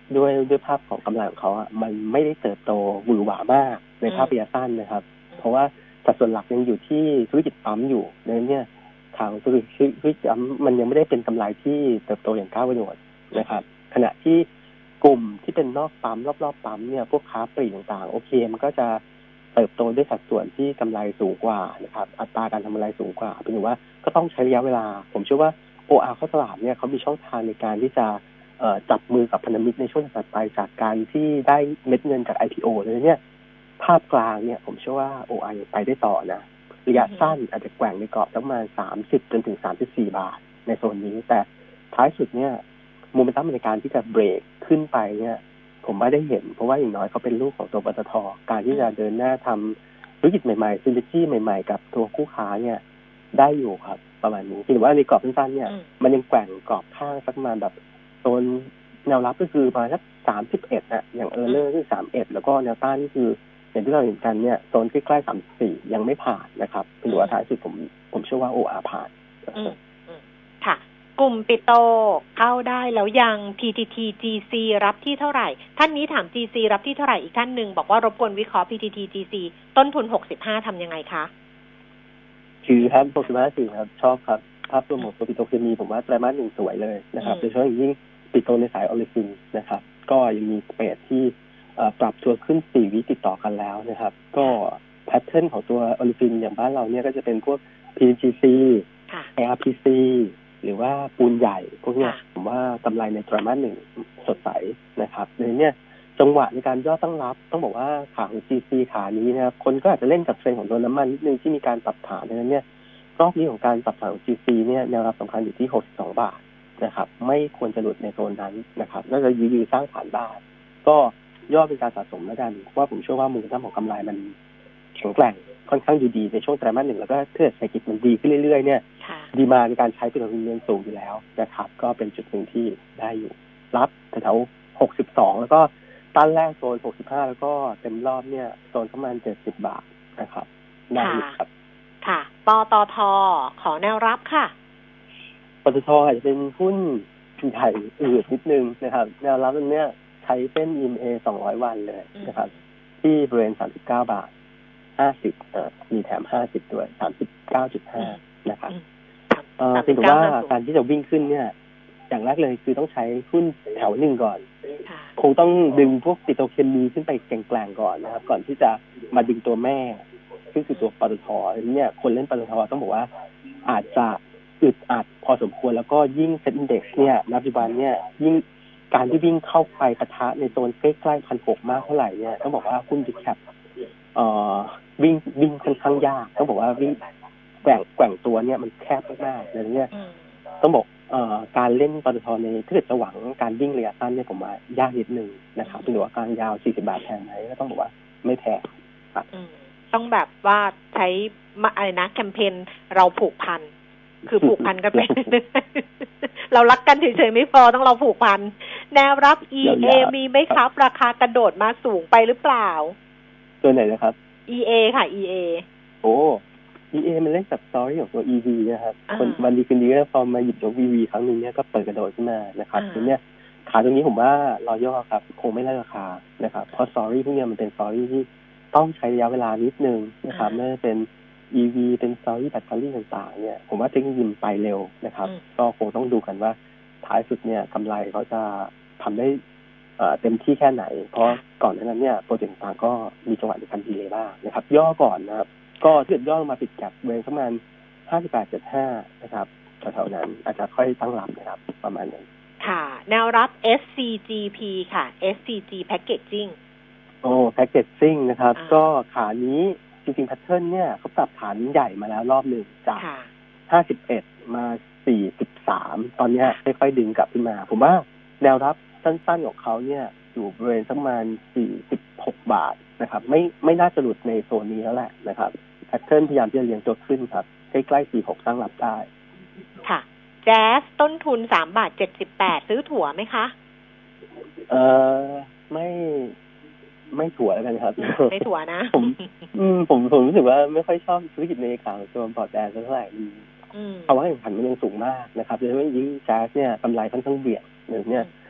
ด้วยด้วยภาพของกำไรของเขาอ่ะมันไม่ได้เติบโตหวือหวามากในภาพระยะสั้นนะครับเพราะว่าสัดส่วนหลักยังอยู่ที่ธุรกิจปั๊มอยู่ในนี้ทางธุรกิจธุรกิจปั๊มมันยังไม่ได้เป็นกำไรที่เติบโตอย่างก้าวกระโดดนะครับขณะที่กลุ่มที่เป็นนอกปั๊มรอบๆปั๊มเนี่ยพวกค้าปลีกต่างๆโอเคมันก็จะเติบโตด้วยสัดส่วนที่กำไรสูงกว่านะครับอัตราการทำกำไรสูงกว่าเป็นว่าก็ต้องใช้ระยะเวลาผมเชื่อว่า โอ อาร์ เข้าตลาดเนี่ยเขามีช่องทางในการที่จะจับมือกับพันธมิตรในช่วงถัดไปจากการที่ได้เม็ดเงินจาก ไอ พี โอ เลยเนี่ยภาพกลางเนี่ยผมเชื่อว่า โอ อาร์ ยังไปได้ต่อนะระยะสั้นอาจจะแกว่งในกรอบประมาณสามสิบจนถึงสามสิบสี่บาทในโซนนี้แต่ท้ายสุดเนี่ยโมเมนตัมในการที่จะเบรกขึ้นไปเนี่ยผมไม่ได้เห็นเพราะว่าอย่างน้อยเขาเป็นลูกของตัวปตท.การที่จะเดินหน้าทำธุรกิจใหม่ๆซินเนอร์จี้ใหม่ๆกับตัวคู่ค้าเนี่ยได้อยู่ครับประมาณนี้คือว่าในกรอบสั้นๆเนี่ยมันยังแกว่งกรอบข้างสักประมาณแบบโซนแนวรับก็คือประมาณสักสามสิบเอ็ดนะอย่างเออร์เลอร์ที่สามสิบเอ็ดแล้วก็แนวต้านนี่คืออย่างที่เราเห็นกันเนี่ยโซนใกล้ๆสามสิบสี่ยังไม่ผ่านนะครับคือว่าท้ายสุดผมผมเชื่อว่า โอ อาร์ ผ่านค่ะกลุ่มปิโตเข้าได้แล้วยัง พี ที ที จี ซี รับที่เท่าไหร่ท่านนี้ถาม จี ซี รับที่เท่าไหร่อีกท่านหนึ่งบอกว่ารบกวนวิเคราะห์ พี ที ที จี ซี ต้นทุนหกสิบห้าทำยังไงคะถือครับหกสิบห้าถือครับชอบครับภาพรวมของตัวปิโตรเคมีผมว่าไตรมาสหนึ่งสวยเลยนะครับโดยเฉพาะอย่างยิ่งปิโตรในสายออลิฟินนะครับก็ยังมีสเปรดที่ปรับตัวขึ้นสี่วิติดต่อกันแล้วนะครับก็แพทเทิร์นของตัวออลิฟินอย่างบ้านเราเนี่ยก็จะเป็นพวก พี ที ซี เอ อาร์ พี ซี หรือว่าปูนใหญ่พวกเนี้ยผมว่ากำไรในไตรมาสหนึ่งสดใสนะครับในเนี้ยจังหวะในการย่อตั้งรับต้องบอกว่าขาของ จี ซี ขานี้นะครับคนก็อาจจะเล่นกับเทรนด์ของตัวน้ำมันนิดนึงที่มีการปรับฐานดังนั้นเนี่ยรอบนี้ของการปรับฐานของ จี ซี เนี่ยแนวรับสำคัญอยู่ที่หกสิบสองบาทนะครับไม่ควรจะหลุดในโซนนั้นนะครับน่าจะยืนสร้างฐานได้ก็ย่อเป็นการสะสมแล้วกันเพราะว่าผมเชื่อว่ามูลค่าของกำไรมันแข็งแกร่งค่อนข้างดีในช่วงไตรมาสหนึ่งแล้วก็เพื่อเศรษฐกิจมันดีขึ้นเรื่อยๆเนี่ยดีมาในการใช้เป็นตัวเงินสูงอยู่แล้วนะครับก็เป็นจุดหนึ่งที่ได้อยู่รับแถวๆหกสิบสองแล้วก็ต้านแรกโซนหกสิบห้าแล้วก็เต็มรอบเนี่ยโซนประมาณเจ็ดสิบบาทนะครับได้ครับค่ะปตท.ขอแนวรับค่ะปตท.อาจจะเป็นหุ้นใหญ่อืดนิดนึงนะครับแนวรับตรงเนี้ยใช้เส้น อี เอ็ม เอ สองร้อยวันเลยนะครับที่บริเวณสามสิบเก้าบาทห้าสิบเอ่อมีแถมห้าสิบด้วย สามสิบเก้าจุดห้า นะครับเอ่อเป็นแต่ว่าการที่จะวิ่งขึ้นเนี่ยอย่างแรกเลยคือต้องใช้หุ้นแถวหนึ่งก่อนคงต้องดึงพวกปิโตรเคมีขึ้นไปแกร่งๆก่อนนะครับก่อนที่จะมาดึงตัวแม่ซึ่งคือตัวปตท.เนี่ยคนเล่นปตท.ต้องบอกว่าอาจจะอึดอัดพอสมควรแล้วก็ยิ่งเซ็ตอินเด็กซ์เนี่ยปัจจุบันเนี่ยยิ่งการที่วิ่งเข้าไปปะทะในโซนใกล้ๆ หนึ่งพันหกร้อย มากเท่าไหร่เนี่ยต้องบอกว่าหุ้นบิ๊กแคปเอ่อวิ่งวิ่งค่อนข้างยากต้องบอกว่าวิ่งแกว่งแกว่งตัวเนี่ยมันแคบมากๆเลยเนี่ยต้องบอกเอ่อการเล่นปตท.ในถ้าเกิดจะหวังการวิ่งระยะสั้นเนี่ยผมว่ายากนิดนึงนะครับหรือว่ากลางยาวสี่สิบบาทแพงไหมก็ต้องบอกว่าไม่แพงครับต้องแบบว่าใช้อะไรนะแคมเปญเราผูกพันคือผูกพันกันไป เรารักกันเฉยๆไม่พอต้องเราผูกพันแนวรับ อี เอ มีไหมครับราคากระโดดมาสูงไปหรือเปล่าตัวไหนนะครับอี เอ ค่ะ อี เอโอ้ อี เอ มันเล่นกับสตอรี่ของตัว อี วี นะครับคนวันดีคืนดีก็พอมาหยิบยก วี วี ครั้งนึงเนี่ยก็เปิดกระโดดขึ้นมานะครับทีเนี้ยขาตรงนี้ผมว่ารอย่อครับคงไม่ไล่ราคานะครับเพราะสตอรี่พวกนี้มันเป็นสตอรี่ที่ต้องใช้ระยะเวลานิดนึงนะครับไม่ว่าเป็น อี วี เป็นสตอรี่แบตเตอรี่ต่างๆเนี่ยผมว่าเทคโนโลยีไปเร็วนะครับก็คงต้องดูกันว่าท้ายสุดเนี่ยกำไรเขาจะทำได้เต็มที่แค่ไหนเพราะก่อนหน้านั้นเนี่ยโปรเจกต์ต่างๆก็มีจังหวะในการดีเลย์บ้างนะครับย่อก่อนนะครับก็ถ้าเกิดย่อลงมาปิดแก็ปเวงประมาณ ห้าสิบแปดจุดห้า นะครับแถวๆนั้นอาจจะค่อยตั้งรับนะครับประมาณนั้นค่ะแนวรับ เอส ซี จี พี ค่ะ เอส ซี จี Packaging โอ้ Packaging นะครับก็ขานี้จริงๆแพทเทิร์นเนี่ยเขาปรับฐานใหญ่มาแล้วรอบหนึ่งจากห้าสิบเอ็ดมาสี่สิบสามตอนนี้ค่อยๆดึงกลับขึ้นมาผมว่าแนวรับสั้นๆของเขาเนี่ยอยู่บริเวณประมาณสี่สิบหกบาทนะครับไม่ไม่น่าจะหลุดในโซนนี้แล้วแหละนะครับแพทเทิร์นพยายามที่จะเลี้ยงตัวขึ้นครับใกล้ๆสี่สิบหกตั้งรับได้ค่ะแจ๊สต้นทุนสามบาทเจ็ดสิบแปดซื้อถั่วไหมคะเอ่อไม่ไม่ถั่วแล้วกันครับไม่ถั่วนะผมอืมผมผมรู้สึกว่าไม่ค่อยชอบธุรกิจในข่าวตัวพอร์ตแดนเท่าไหร่เพราะว่าแข่งขันมันยังสูงมากนะครับโดยเฉพาะยิ่งแจ๊สเนี่ยกำไรค่อนข้างเบี่ยงหรือเนี่ย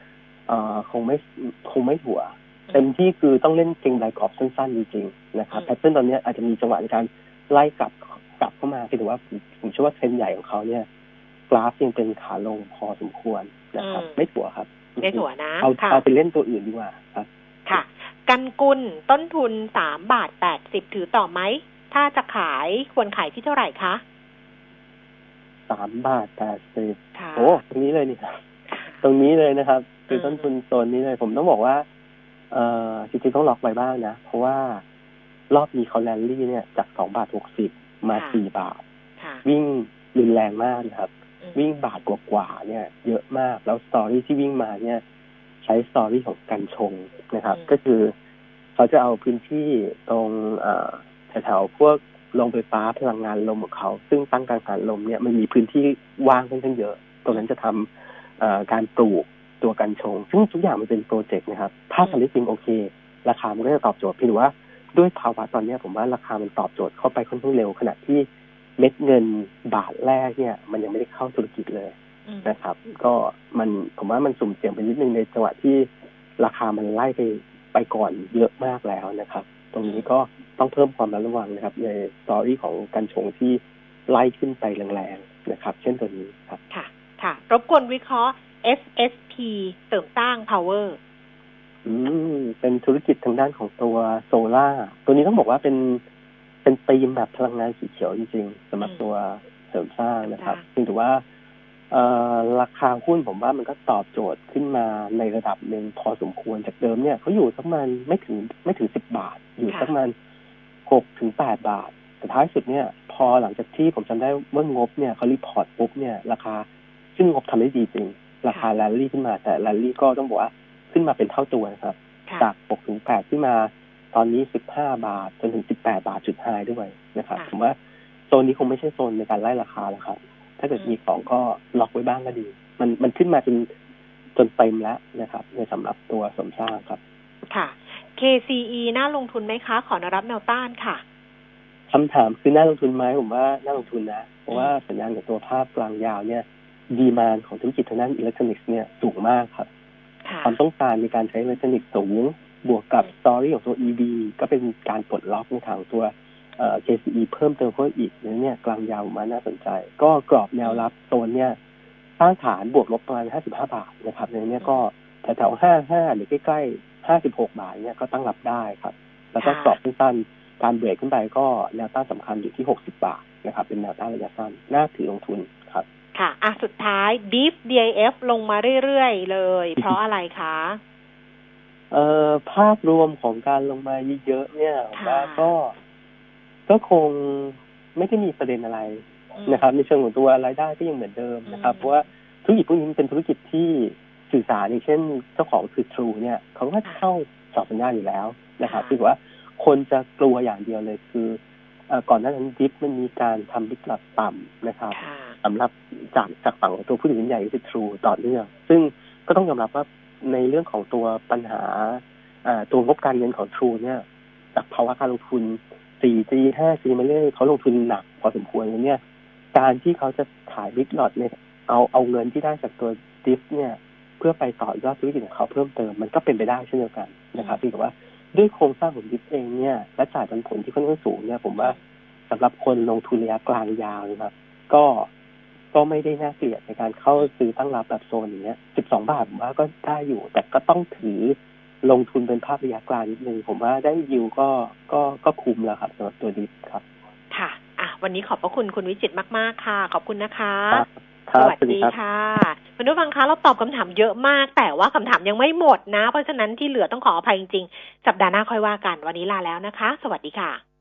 เอ่อคงไม่คงไม่ถั่วเต็มที่คือต้องเล่นเก็งรายกรอบสั้นๆจริงๆนะครับแพทเทิร์นตอนนี้อาจจะมีจังหวะในการไล่กลับกลับเข้ามาคือถือว่าผมเชื่อว่าเทรนด์ใหญ่ของเขาเนี่ยกราฟยังเป็นขาลงพอสมควรนะครับไม่ถั่วครับไม่ถั่วนะเอาเอาไปเล่นตัวอื่นดีกว่าครับค่ะกันกุลต้นทุนสามบาทแปดสิบถือต่อไหมถ้าจะขายควรขายที่เท่าไหร่คะสามบาทแปดสิบโอ้ตรงนี้เลยนี่ครับตรงนี้เลยนะครับคือต้นทุนโซนนี้เลยผมต้องบอกว่าเอ่อจริงๆต้องล็อกไว้บ้างนะเพราะว่ารอบนี้เขาแรลลี่เนี่ยจากสองบาทหกสิบมาสี่บาทวิ่งรุนแรงมากนะครับวิ่งบาทกว่าๆเนี่ยเยอะมากแล้วสตอรี่ที่วิ่งมาเนี่ยใช้สตอรี่ของกันชงนะครับก็คือเขาจะเอาพื้นที่ตรงแถวๆพวกโรงไฟฟ้าพลังงานลมของเขาซึ่งตั้งกังหันลมเนี่ยมันมีพื้นที่ว่างค่อนข้างเยอะตรงนั้นจะทำการปลูกตัวกันชงซึ่งทุกอย่างมันเป็นโปรเจกต์นะครับถ้าทำได้จริงโอเคราคามันก็จะตอบโจทย์เพียงแต่ว่าด้วยภาวะตอนนี้ผมว่าราคามันตอบโจทย์เข้าไปค่อนข้างเร็วขณะที่เม็ดเงินบาทแรกเนี่ยมันยังไม่ได้เข้าธุรกิจเลยนะครับก็มันผมว่ามันสุ่มเสี่ยงไปนิดนึงในจังหวะที่ราคามันไล่ไปไปก่อนเยอะมากแล้วนะครับตรงนี้ก็ต้องเพิ่มความระวังนะครับในสตอรี่ของกันชงที่ไล่ขึ้นไปแรงๆนะครับเช่นตัวนี้ครับค่ะค่ะรบกวนวิเคราะห์ เอส เอส พี เสริมสร้าง Power อืมเป็นธุรกิจทางด้านของตัวโซล่าตัวนี้ต้องบอกว่าเป็นเป็นธีมแบบพลังงานสีเขียวจริงๆสำหรับตัวเสริมสร้างนะครับซึ่งถือว่าเอ่อราคาหุ้นผมว่ามันก็ตอบโจทย์ขึ้นมาในระดับหนึ่งพอสมควรจากเดิมเนี่ยเขาอยู่สักประมาณไม่ถึงไม่ถึงสิบบาทอยู่สักประมาณหกถึงแปดบาทแต่ท้ายสุดเนี่ยพอหลังจากที่ผมจำได้ว่างบเนี่ยเขารีพอร์ตปุ๊บเนี่ยราคาซึ่งงบทำได้ดีจริงราคาแรลลี่ขึ้นมาแต่แรลลี่ก็ต้องบอกว่าขึ้นมาเป็นเท่าตัวนะครับจากหกถึงแปดขึ้นมาตอนนี้สิบห้าบาทจนถึงสิบแปดบาทจุดไฮด้วยนะครับผมว่าโซนนี้คงไม่ใช่โซนในการไล่ราคาแล้วครับถ้าเกิดมีของก็ล็อกไว้บ้างก็ดีมันมันขึ้นมาจนจนเต็มแล้วนะครับในสำหรับตัวสมสร้างครับค่ะ เค ซี อี น่าลงทุนไหมคะขอแนวรับแนวต้านค่ะคำถามคือน่าลงทุนไหมผมว่าน่าลงทุนนะเพราะว่าสัญญาณของตัวภาพกลางยาวเนี่ยดีมานด์ของธุรกิจทางด้านอิเล็กทรอนิกส์เนี่ยสูงมากครับความต้องการในการใช้อิเล็กทรอนิกส์สูงบวกกับสตอรี่ของตัว อี วี ก็เป็นการปลดล็อกในทางตัวเอ่อ เค ซี อี เพิ่มเติมเพิ่มอีกเนี่ยกลางยาวมาน่าสนใจก็กรอบแนวรับโซนเนี่ยสร้างฐานบวกลบประมาณห้าสิบห้าบาทนะครับในนี้ก็แถวๆห้าสิบห้าหรือใกล้ๆห้าสิบหกบาทเนี่ยก็ตั้งรับได้ครับแล้วก็กรอบสั้นๆการเบรกขึ้นไปก็แนวต้านสำคัญอยู่ที่หกสิบบาทนะครับเป็นแนวต้านระยะสั้นน่าถือลงทุนครับค่ะอ่ะสุดท้าย ดี ไอ เอฟ ดี ไอ เอฟ ลงมาเรื่อยๆเลยเพราะอะไรคะเอ่อภาพรวมของการลงมาเยอะๆเนี่ยว่าก็ก็คงไม่ได้มีประเด็นอะไรนะครับในเชิงของตัวรายได้ก็ยังเหมือนเดิมนะครับเพราะว่าธุรกิจพวกนี้เป็นธุรกิจที่สื่อสารอย่างเช่นเจ้าของคือ True เนี่ยเขาก็เข้าสอบสัญญาอยู่แล้วนะครับคือว่าคนจะกลัวอย่างเดียวเลยคือก่อนหน้านั้นดิฟมันมีการทำบิ๊กหลักต่ำนะครับสำหรับจากจากฝั่งของตัวผู้ถือหุ้นใหญ่คือ True ต่อเนื่องซึ่งก็ต้องยอมรับว่าในเรื่องของตัวปัญหาตัวงบการเงินของ True เนี่ยจากภาวะการลงทุน สี่จี ห้าจี มาเรื่อยเขาลงทุนหนักพอสมควรแล้วเนี่ยการที่เขาจะขายบิ๊กหลอตเนี่ยเอาเอาเงินที่ได้จากตัวดิฟเนี่ยเพื่อไปต่อยอดธุรกิจของเขาเพิ่มเติมมันก็เป็นไปได้เช่นเดียวกันนะครับที่บอกว่าด้วยโครงสร้างของดิฟเองเนี่ยและจ่ายปันผลที่ค่อนข้างสูงเนี่ยผมว่าสำหรับคนลงทุนระยะกลางยาวนะครับก็ก็ไม่ได้น่าเกลียดในการเข้าซื้อตั้งรับแบบโซนอย่างเงี้ยสิบสองบาทผมว่าก็ได้อยู่แต่ก็ต้องถือลงทุนเป็นภาพระยะกลางนิดนึงผมว่าได้ยิวก็ก็ก็คุ้มแล้วครับสำหรับตัวดิฟครับค่ะอ่ะวันนี้ขอบพระคุณคุณวิจิตรมากๆค่ะขอบคุณนะคะสวัสดีค่ะคุณผู้ฟังคะเราตอบคำถามเยอะมากแต่ว่าคำถามยังไม่หมดนะเพราะฉะนั้นที่เหลือต้องขออภัยจริงๆสัปดาห์หน้าค่อยว่ากันวันนี้ลาแล้วนะคะสวัสดีค่ะ